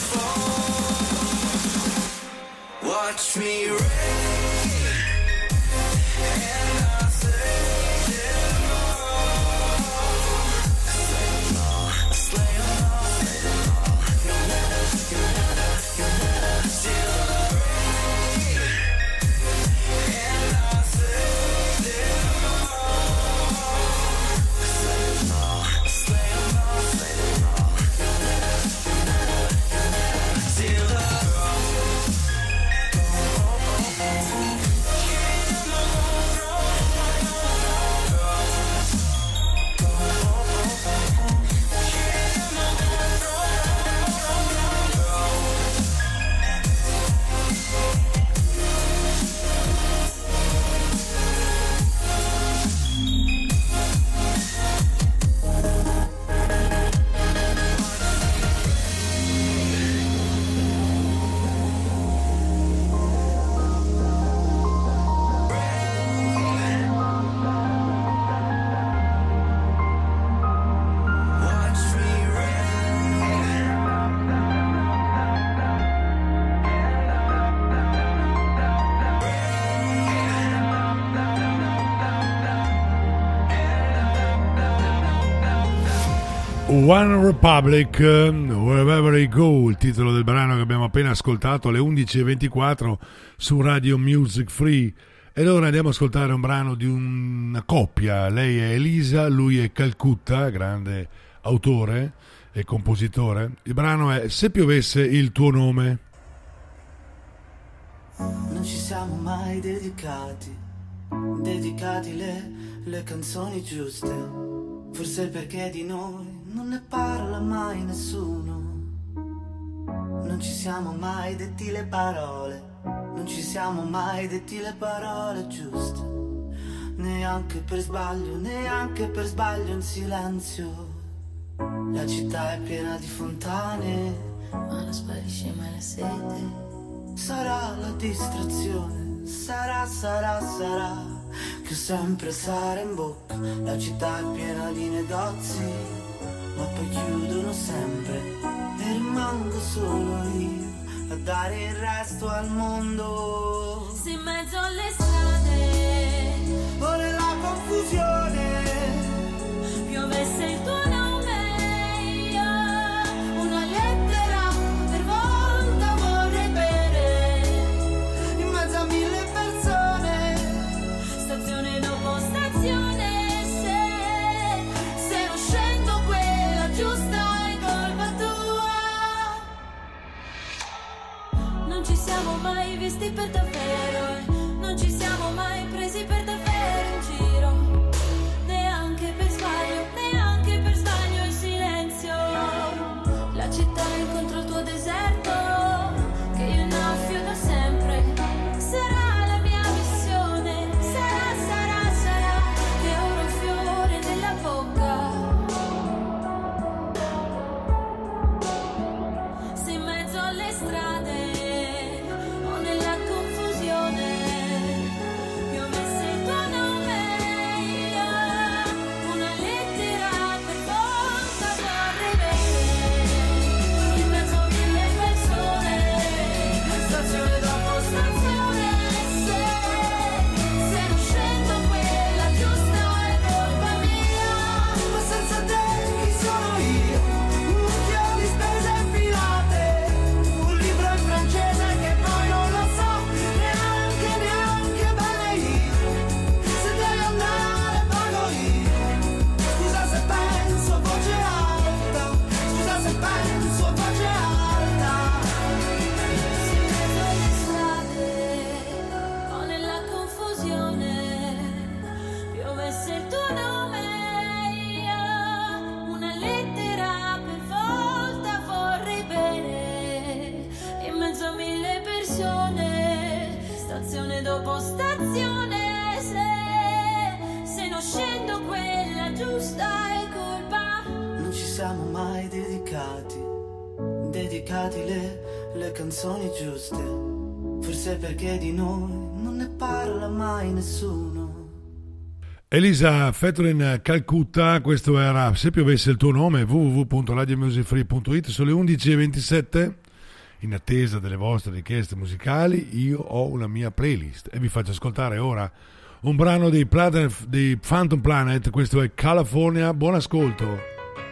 fall. Watch me rain. One Republic, Wherever I Go, il titolo del brano che abbiamo appena ascoltato alle undici e ventiquattro su Radio Music Free. Ed ora andiamo ad ascoltare un brano di una coppia, lei è Elisa, lui è Calcutta, grande autore e compositore. Il brano è Se piovesse il tuo nome. Non ci siamo mai dedicati, dedicati le, le canzoni giuste. Forse perché di noi non ne parla mai nessuno. Non ci siamo mai detti le parole, non ci siamo mai detti le parole giuste. Neanche per sbaglio, neanche per sbaglio in silenzio. La città è piena di fontane, ma non sparisce mai la sete. Sarà la distrazione, sarà, sarà, sarà che ho sempre sale in bocca. La città è piena di negozi, ma poi chiudono sempre e rimango solo io a dare il resto al mondo. Se in mezzo alle strade o nella confusione piovesse il tuo nome, io una lettera per volta vorrei bere in mezzo a mille persone, stazione dopo stazione. Se, se non scendo quella giusta è colpa tua. Non ci siamo mai visti per davvero, eh. Non ci siamo mai presi per davvero in giro, neanche per sbaglio, neanche per sbaglio in silenzio. La città incontra il tuo deserto, che io innaffio da sempre. Sarà la mia missione, sarà, sarà, sarà che ora un fiore nella bocca. Se in mezzo alle strade o nella confusione piovesse il tuo nome, io una lettera per volta vorrei bere dedicati le, le canzoni giuste. Forse perché di noi non ne parla mai nessuno. Elisa Fettrin Calcutta, questo era Se piovesse il tuo nome, w w w punto radio music free punto it. Sono le undici e ventisette. In attesa delle vostre richieste musicali, io ho una mia playlist e vi faccio ascoltare ora un brano dei, Planet, dei Phantom Planet. Questo è California. Buon ascolto.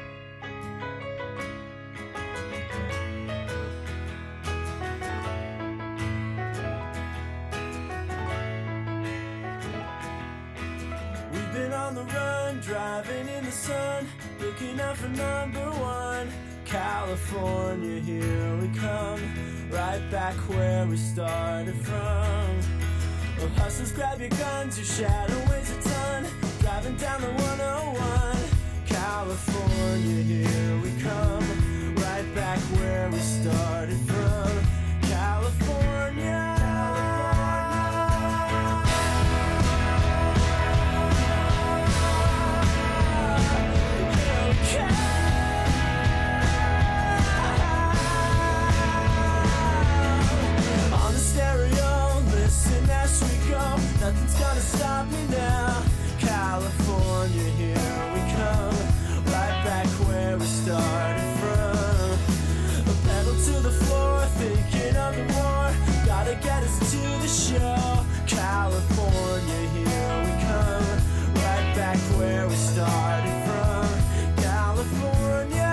We've been on the run, driving in the sun, looking out for number one. California, here we come, right back where we started from. Oh, hustlers, grab your guns, your shadow weighs a ton, driving down the one oh one. California, here we come, right back where we started from. California. Nothing's gonna stop me now. California, here we come, right back where we started from. A pedal to the floor, thinking of the war, gotta get us to the show. California, here we come, right back where we started from. California.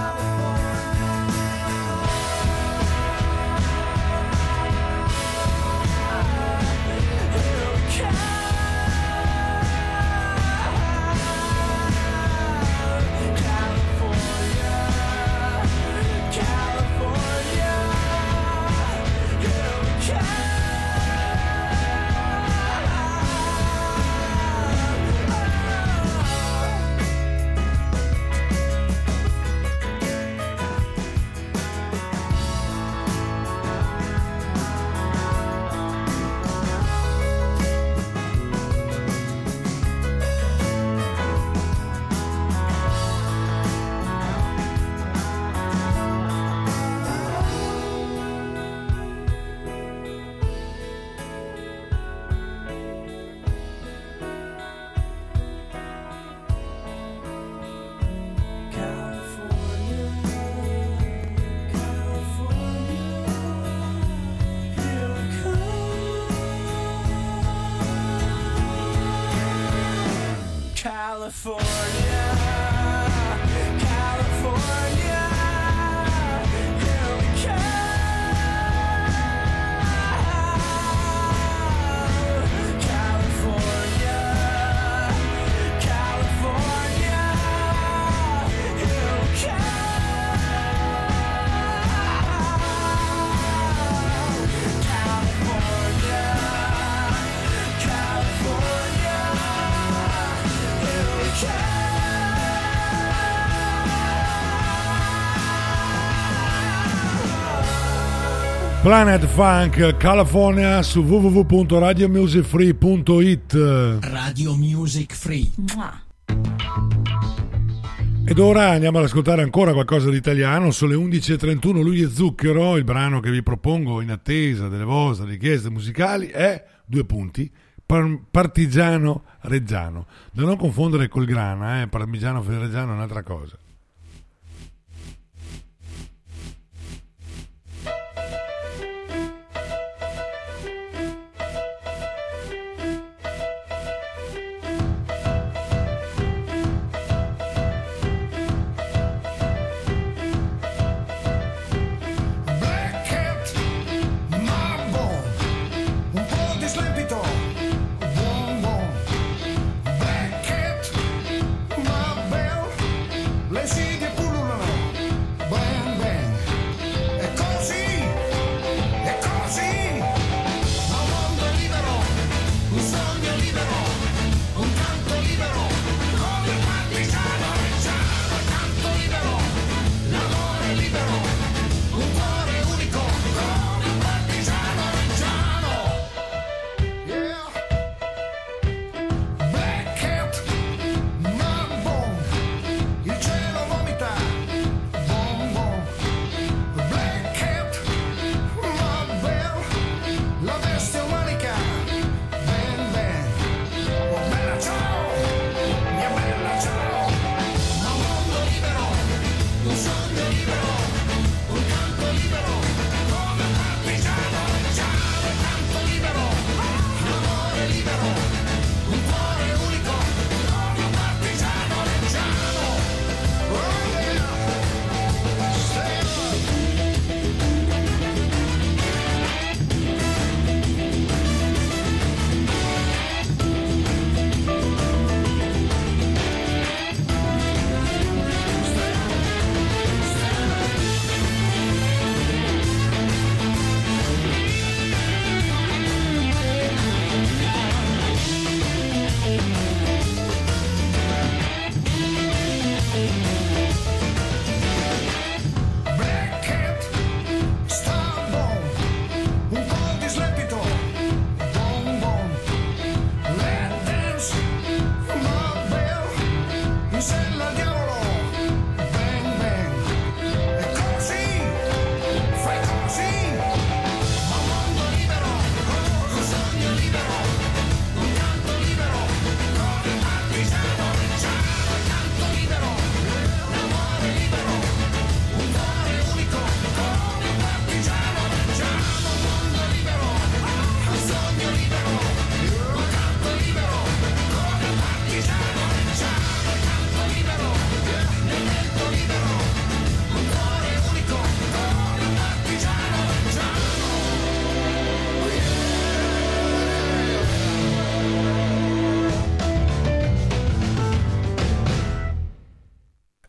Planet Funk California su w w w punto radio music free punto it. Radio Music Free. Ed ora andiamo ad ascoltare ancora qualcosa di italiano. Sono le undici e trentuno. Lui è Zucchero. Il brano che vi propongo in attesa delle vostre richieste musicali è due punti Partigiano Reggiano, da non confondere col Grana, eh? Parmigiano Reggiano è un'altra cosa. Black cat, my bell,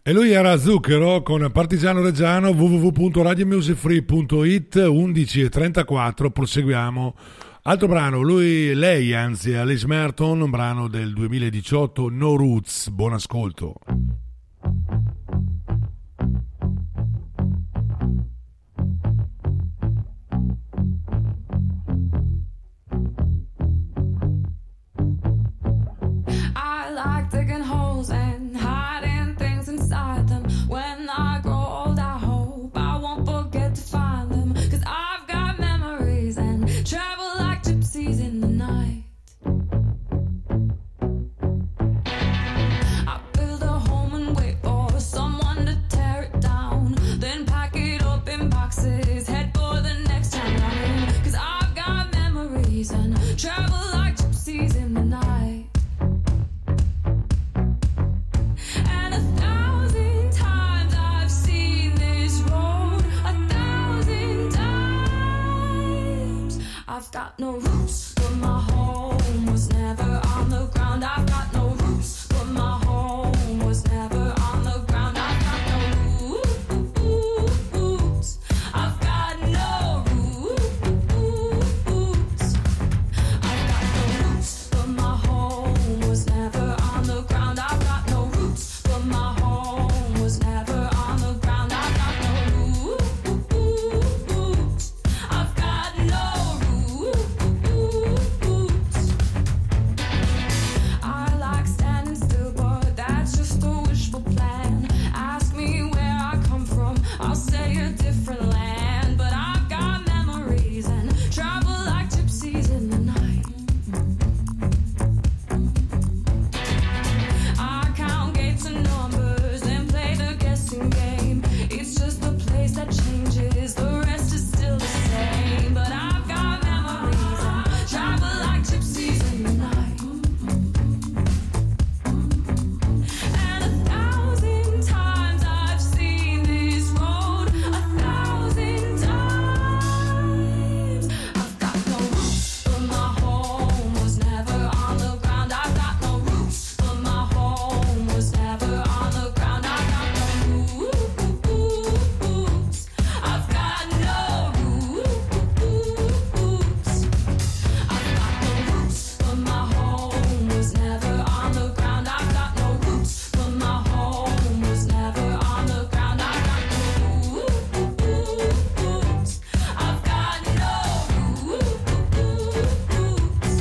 E lui era Zucchero con Partigiano Reggiano, w w w punto radio music free punto it, undici e trentaquattro, proseguiamo. Altro brano, lui, lei anzi, Alice Merton, un brano del duemiladiciotto, No Roots, buon ascolto. I like digging holes and hiding things inside them. When I grow old, I hope I won't forget to find them. Cause I've got memories and travel like gypsies in the night. I build a home and wait for someone to tear it down. Then pack it up in boxes, head for the next town round. Cause I've got memories and travel like gypsies in the night. And a thousand times I've seen this road, a thousand times. I've got no roots, but my home was never on the ground. I've got no roots, but my home was never on the ground. I've got no roots. I've got no roots. I've got no roots, but my home was never on the ground. I've got no roots, but my home was never on the ground. I've got no roots. I've got no roots. I like standing still, but that's just a wishful plan. Ask me where I come from, I'll say a different land. But I've got memories and travel like gypsies in the night. I count gates and numbers and play the guessing game. It's just the place that changes, the rest is still the same. But I've got memories and travel like gypsies in the night. And a thousand times I've seen this road, a thousand times. I've got no roots, but my home was never on the ground. I've got no roots, but my home was never on the ground. I've got no roots. I've got no roots. I've got no roots, but my home was never on the ground. I've got no roots, but my home was never on the ground. I've got no roots. I've got no roots.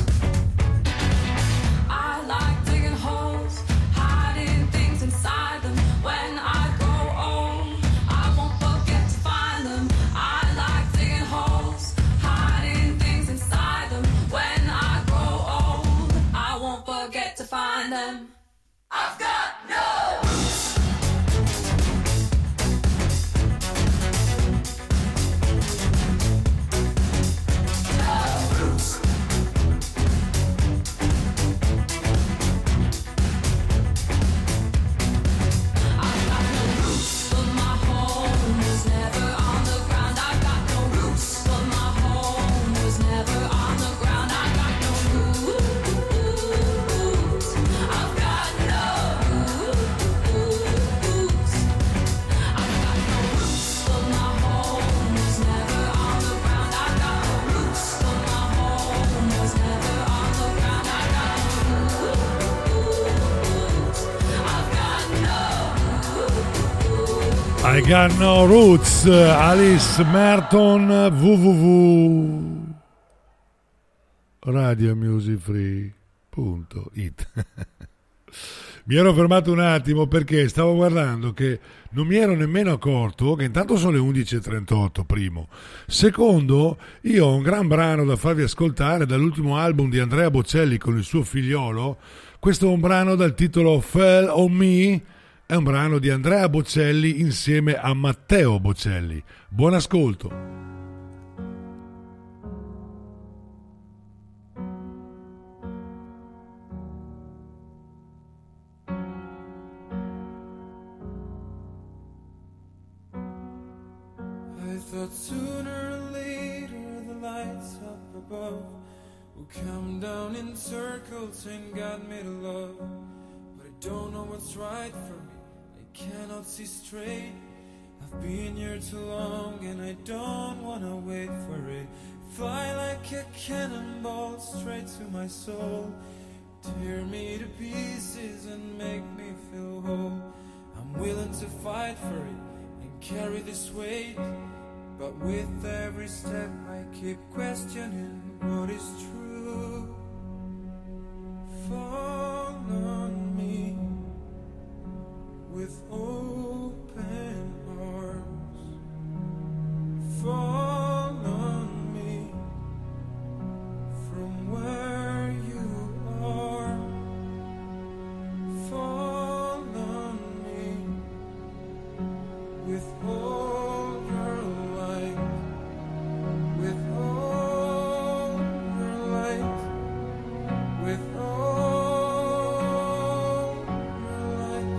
I like digging holes, hiding things inside them. When I grow old, I won't forget to find them. I like digging holes, hiding things inside them. When I grow old, I won't forget to find them. I've got no roots. No roots. I've got no roots, but my home was never on the ground. I've got no roots, but my home was never on the ground. I've got no roots. I've got no roots. I've got no roots, but my home was never on the ground. I've got no roots, but my home was never on the ground. I've got no roots. I've got no I got no roots, Alice Merton, w w w punto radio music free punto it. Mi ero fermato un attimo perché stavo guardando che non mi ero nemmeno accorto che intanto sono le undici e trentotto, primo. Secondo, io ho un gran brano da farvi ascoltare dall'ultimo album di Andrea Bocelli con il suo figliolo. Questo è un brano dal titolo Fell on Me, è un brano di Andrea Bocelli insieme a Matteo Bocelli. Buon ascolto. I thought sooner or later the lights up above will come down in circles and guide me to love. But I don't know what's right for me, I cannot see straight. I've been here too long and I don't wanna wait for it. Fly like a cannonball straight to my soul. Tear me to pieces and make me feel whole. I'm willing to fight for it and carry this weight. But with every step I keep questioning what is true. Fall on me with open arms. Fall on me from where you are. Fall on me with all your light, with all your light, with all your light.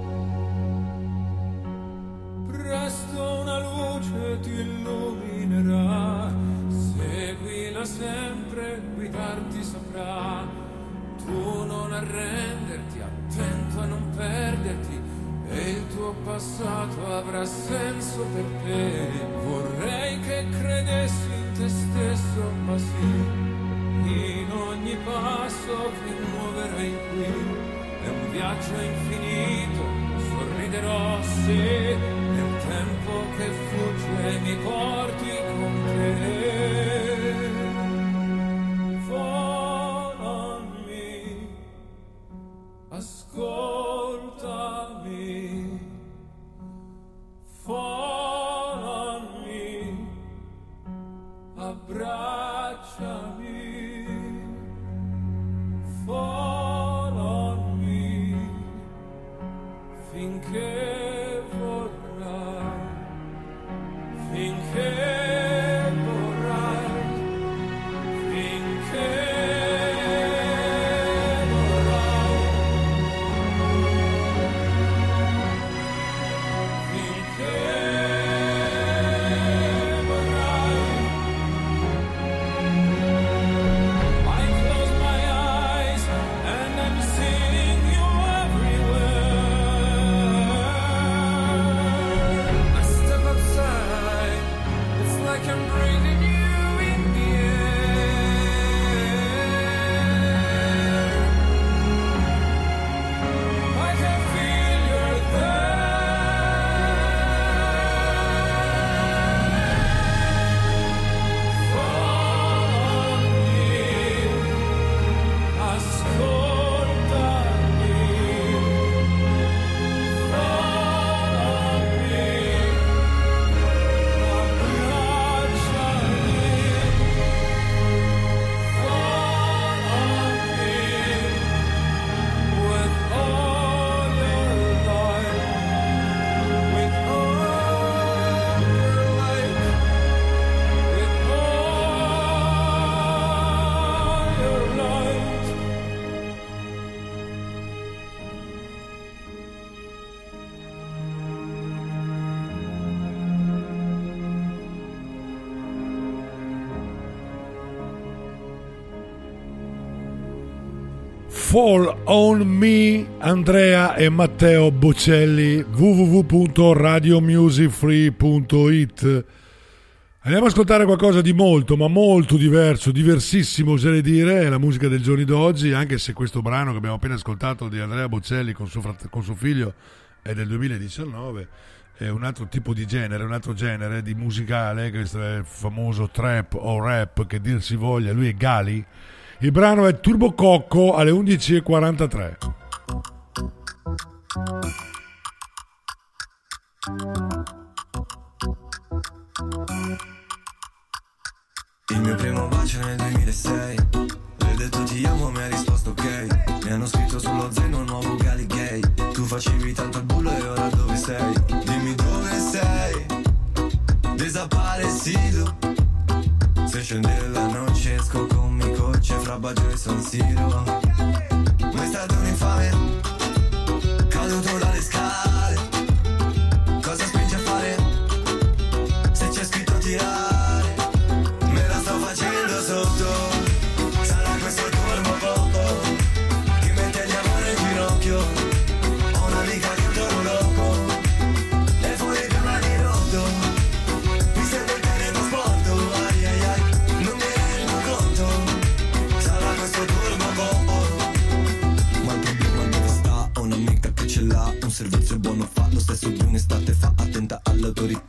Presto una luce ti illuminerà, seguila sempre, guidarti saprà. Tu non arrenderti, attento a non perderti, e il tuo passato avrà senso per te. Vorrei che credessi in te stesso, ma sì, in ogni passo che muoverai qui è un viaggio infinito, sorriderò se nel tempo che fugge mi porti con te. Fall on me, ascoltami. Fall on me, abbracciami. Fall on me, finché vorrai, finché vorrai, finché vorrai, finché vorrai. I close my eyes and I'm seeing you everywhere. I step outside, it's like I'm breathing you in the air. I can feel you're there. Fall on me, ascoltami. Fall on me, abbracciami. Fall on me with all your light, with all your light, with all your light. Fall on Me, Andrea e Matteo Bocelli, w w w punto radio music free punto it. Andiamo ad ascoltare qualcosa di molto, ma molto diverso, diversissimo oserei dire, è la musica dei giorni d'oggi, anche se questo brano che abbiamo appena ascoltato di Andrea Bocelli con suo, frat- con suo figlio è del duemiladiciannove, è un altro tipo di genere, un altro genere di musicale, questo è il famoso trap o rap che dir si voglia, lui è Gali. Il brano è Turbo Cocco alle undici e quarantatré. Il mio primo bacio nel duemilasei, le ho detto ti amo, mi ha risposto ok. Mi hanno scritto sullo zaino un nuovo Gali gay. Tu facevi tanto il bullo e ora dove sei? Dimmi dove sei, desaparecido. Se scende la noce esco con mi coche fra Baggio e San Siro. Ma è stato un infame, caduto dalle scale. Cosa spinge a fare, se c'è scritto tirare? Me la sto facendo sotto, sarà questo il colmo poco. Ti mette il diavolo in ginocchio, ho un'amica che è un toro loco.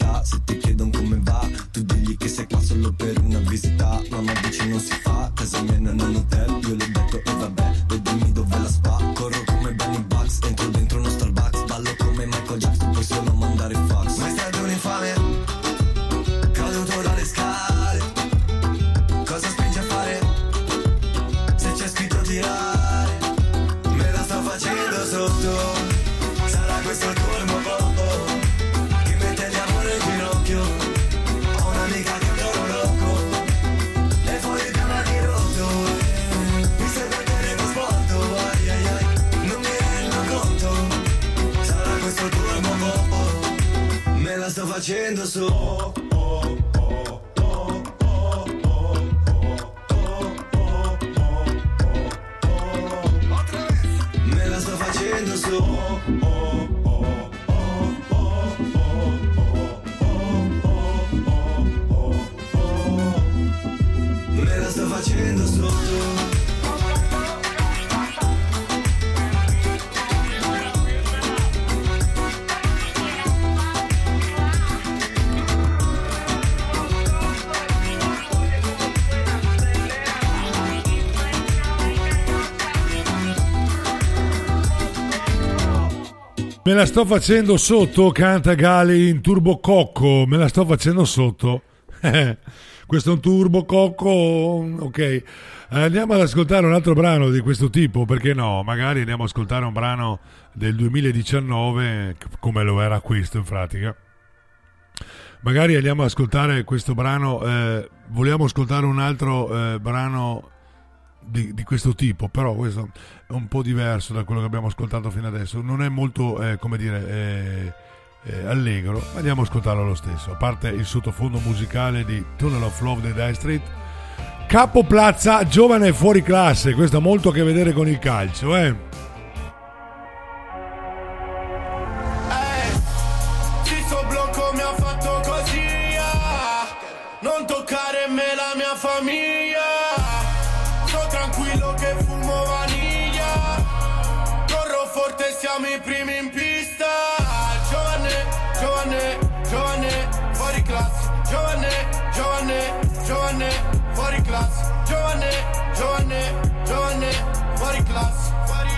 città. Se ti chiedono come va, tu digli che sei qua solo per una visita. Mamma dice non si fa, casa mia non è un hotel. Io le ho detto e vabbè, vedimi dove la spa. Corro come Benny Bucks, entro dentro uno Starbucks. Ballo come Michael Jackson, puoi solo mandare fax. Ma è stato un infame, caduto dalle scale. Cosa spinge a fare, se c'è scritto tirare? Me la sto facendo sotto, sarà questo il tuo modo che mette il diavolo in ginocchio. Ho un'amica che è un toro loco, è fuori da di rotto. Mi stai perdendo sporto, ai ai ai, non mi rendo conto. Sarà questo il tuo modo, me la sto facendo sotto. Me la sto facendo su. Me la sto facendo sotto. Me la sto facendo sotto, canta Gali in Turbo Cocco. Me la sto facendo sotto. Questo è un Turbo Cocco, ok. Andiamo ad ascoltare un altro brano di questo tipo, perché no? Magari andiamo ad ascoltare un brano del duemiladiciannove, come lo era questo in pratica. Magari andiamo ad ascoltare questo brano, eh, vogliamo ascoltare un altro eh, brano Di, di questo tipo, però questo è un po' diverso da quello che abbiamo ascoltato fino adesso, non è molto eh, come dire eh, eh, allegro, ma andiamo a ascoltarlo lo stesso, a parte il sottofondo musicale di Tunnel of Love dei Dire Straits. Capo Plaza, giovane fuori classe, questo ha molto a che vedere con il calcio, eh. Questo blocco mi ha fatto così, ah. Non toccare me la mia famiglia. Sto tranquillo che fumo vaniglia. Corro forte, siamo i primi in pista. Giovane, giovane, giovane, fuori classe. Giovane, giovane, giovane, fuori classe. Giovane, giovane, giovane, fuori classe. Fuori,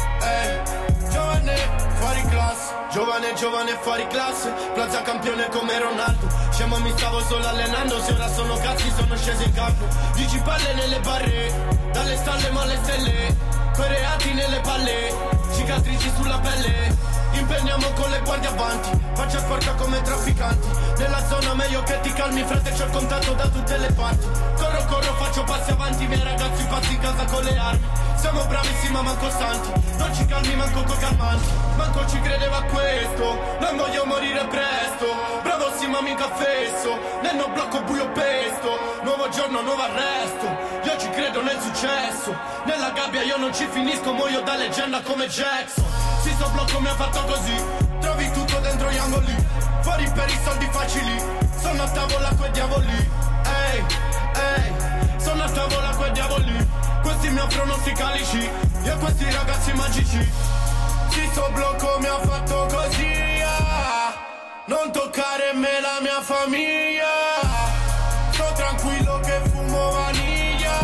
eh, giovane, fuori classe. Giovane, giovane, fuori classe. Plaza campione come Ronaldo. Scemo, mi stavo solo allenando. Se ora sono cazzi, sono sceso in campo. Dici palle nelle barre, dalle stalle ma alle stelle. Coi reati nelle palle, cicatrici sulla pelle. Impegniamo con le guardie avanti, faccia sporca come trafficanti. Nella zona meglio che ti calmi, frate, c'ho il contatto da tutte le parti. Corro, corro, faccio passi avanti, i miei ragazzi pazzi in casa con le armi. Siamo bravissimi ma manco santi, non ci calmi manco coi calmanti. Manco ci credeva a questo, non voglio morire presto. Bravo sì ma mica fesso, nel no blocco buio pesto. Nuovo giorno, nuovo arresto, io ci credo nel successo. Nella gabbia io non ci finisco, muoio da leggenda come Jackson. Sì, sto blocco mi ha fatto così, trovi tutto dentro gli angoli. Fuori per i soldi facili, sono a tavola quei diavoli. Ehi, ehi, sono a tavola quei diavoli. Questi mi offrono sti calici, io questi ragazzi magici. Sì, sto blocco mi ha fatto così, ah. Non toccare me la mia famiglia. Sto tranquillo che fumo vaniglia.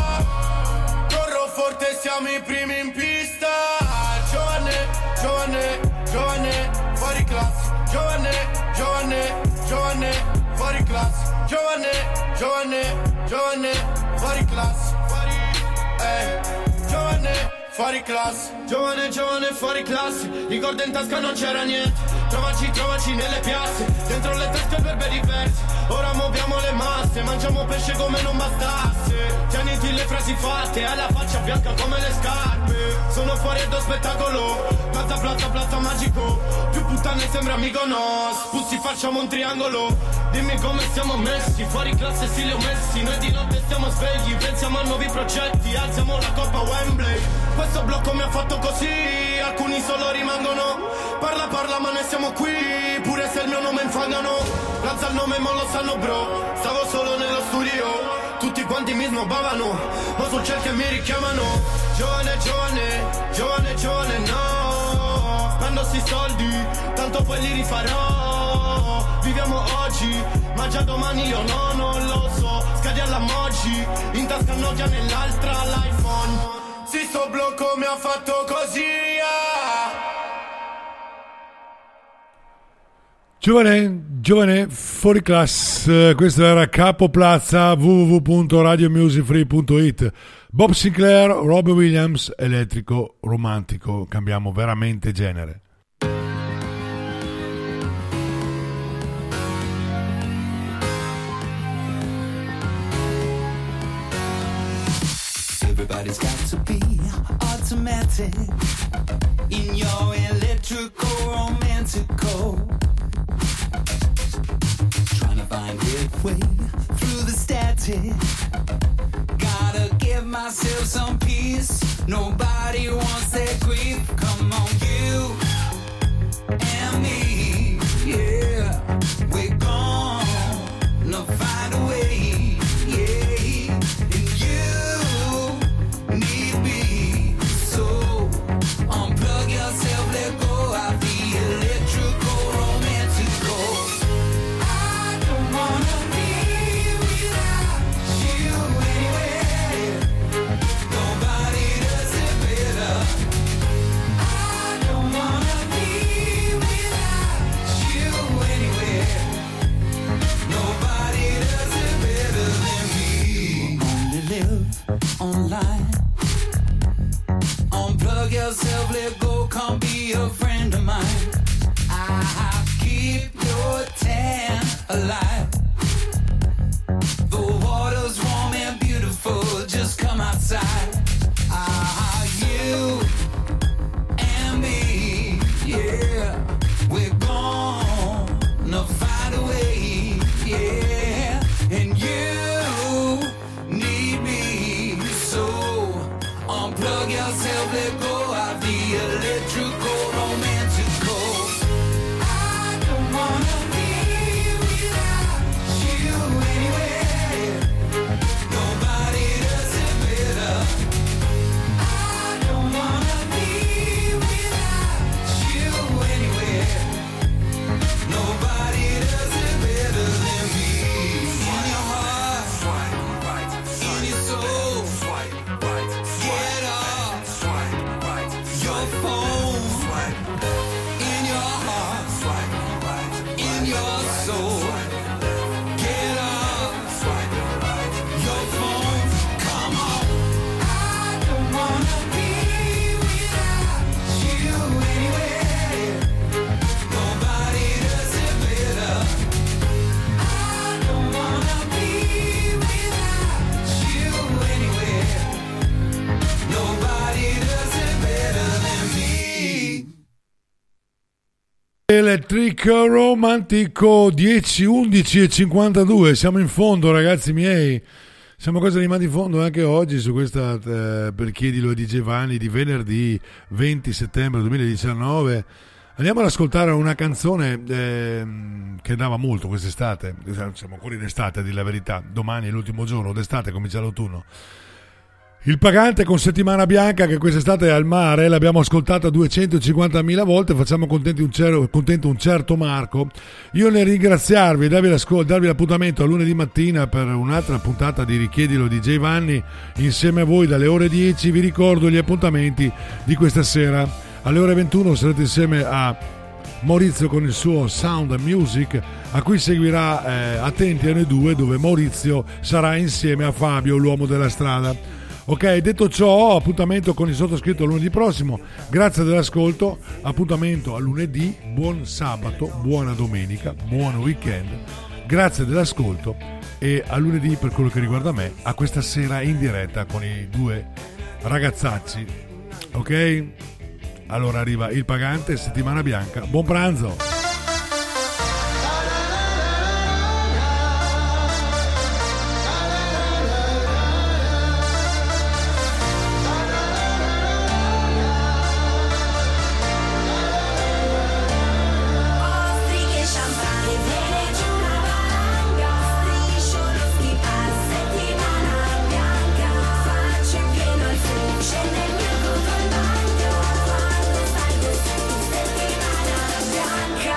Corro forte, siamo i primi in pista. Giovane, giovane, giovane, fuori classe. Giovane, giovane, giovane, fuori classe. Giovane, giovane, giovane, fuori classe. Fuori, eh, giovane, fuori classe. Giovane, giovane, fuori classe. Ricordo in tasca non c'era niente. Trovaci, trovaci nelle piazze. Dentro le tasche per bei diversi. Ora muoviamo le masse, mangiamo pesce come non bastasse. Tieniti le frasi fatte, hai la faccia bianca come le scarpe. Sono fuori do spettacolo, plaza, plaza, plaza magico. Più puttane sembra amico no, spussi facciamo un triangolo. Dimmi come siamo messi, fuori classe sì li ho messi. Noi di notte stiamo svegli, pensiamo a nuovi progetti. Alziamo la coppa Wembley. Questo blocco mi ha fatto così, alcuni solo rimangono. Parla, parla ma noi siamo qui, pure se il mio nome infangano. Plaza il nome ma lo sanno bro, stavo solo nello studio. Tutti quanti mi snobbavano, ma sul ciel che mi richiamano. Giovane, giovane, giovane, giovane, no. Spendo sti soldi, tanto poi li rifarò. oh, viviamo oggi, ma già domani io no, non lo so. Scadi alla Moji, in tasca Nokia, nell'altra l'iPhone. Sì, sto blocco mi ha fatto così, ah. Giovane, giovane, fuori class, questo era Capo Plaza, w w w punto radio music free punto it. Bob Sinclair, Robbie Williams, elettrico romantico, cambiamo veramente genere. Everybody's got to be automatic in your electrical romantical. Trying to find a way through the static. Gotta give myself some peace. Nobody wants that grief. Come on, you and me, yeah, we're gonna find a way, yeah, and you need me, so unplug yourself, let go of the electrical romantical. I don't wanna be without you anywhere. Nobody does it better. I don't wanna be without you anywhere. Nobody does it better than me. Only live online. Unplug yourself, let go, come be a friend of mine. I keep your tan alive. The water's warm and beautiful, just come outside. Ah, you and me, yeah, we're gonna find a way, yeah, and you need me, so unplug yourself, let go of the electrical romantical. I don't wanna be without you anywhere. Nobody does it better. I don't wanna be without you anywhere. Nobody does it better than me. In your heart, in your soul, get off your phone. In your heart, in your soul, get off your phone. Come on. I don't wanna be without you anywhere. Nobody does it better. I don't wanna be without you anywhere. Nobody does it better than me. Elettrico romantico dieci, undici e cinquantadue, siamo in fondo ragazzi miei, siamo quasi rimasti in fondo anche oggi su questa eh, per Chiedilo di Giovanni di venerdì venti settembre duemiladiciannove. Andiamo ad ascoltare una canzone eh, che andava molto quest'estate, siamo ancora in estate a dire la verità, domani è l'ultimo giorno d'estate, comincia l'autunno. Il Pagante con Settimana Bianca, che quest'estate è al mare, l'abbiamo ascoltata duecentocinquantamila volte, facciamo contenti un cer- contento un certo Marco. Io nel ringraziarvi e darvi, l'ascol- darvi l'appuntamento a lunedì mattina per un'altra puntata di Richiedilo di J. Vanni insieme a voi dalle ore dieci. Vi ricordo gli appuntamenti di questa sera. Alle ore ventuno sarete insieme a Maurizio con il suo Sound Music, a cui seguirà eh, Attenti a noi due, dove Maurizio sarà insieme a Fabio, l'uomo della strada. Ok, detto ciò, appuntamento con il sottoscritto lunedì prossimo. Grazie dell'ascolto, appuntamento a lunedì, buon sabato, buona domenica, buon weekend. Grazie dell'ascolto e a lunedì per quello che riguarda me, a questa sera in diretta con i due ragazzacci. Ok? Allora arriva Il Pagante, Settimana Bianca. Buon pranzo! Bianca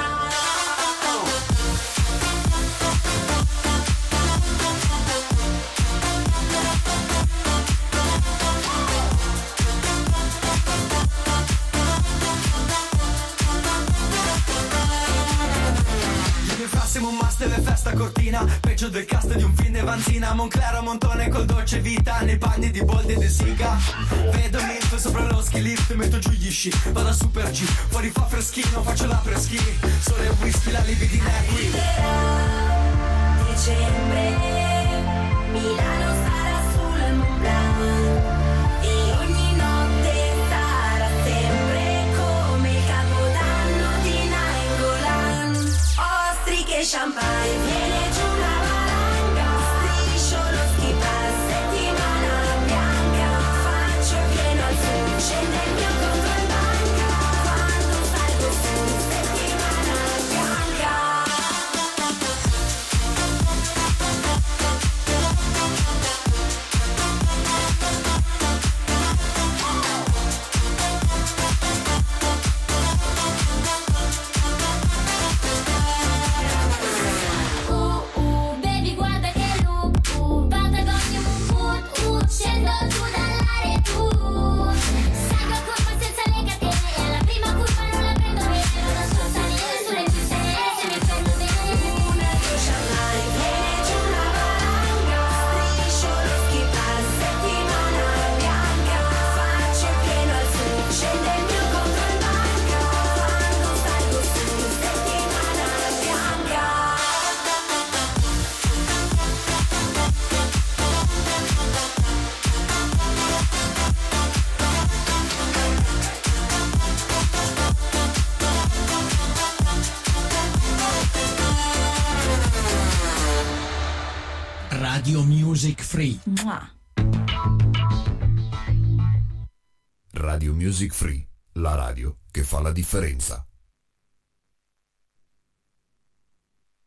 mattina, peggio del cast di un film di Vanzina. Moncler a Montone col dolce vita, nei panni di Boldi e De Sica. Vedo Milf sopra lo ski lift, metto giù gli sci, vado a Super G, fuori fa freschino, faccio la preschi, sole e whisky, la libidina è qui. Dicembre, Milano sarà sul Mont Blanc e ogni notte sarà sempre come il capodanno di Nainggolan. Ostriche e champagne, viene giù una valanga, striscio lo ski pass, settimana bianca, faccio pieno al sud, scende il mio conto in banca, quando salgo su, settimana bianca. Uh, uh, baby guarda che look, uh, Patagonia un foot, uh, scendo giù dall'aria tu, salgo a curva senza le catene, e alla prima curva non la prendo bene, vado sul salire sulle piste, se mi fermo bene. Una doccia mai, viene giù una valanga, striscio lo ski pass, settimana bianca, faccio pieno al sud, scende il mio conto in banca, quando salgo su, settimana bianca. Radio Music Free. Radio Music Free, la radio che fa la differenza.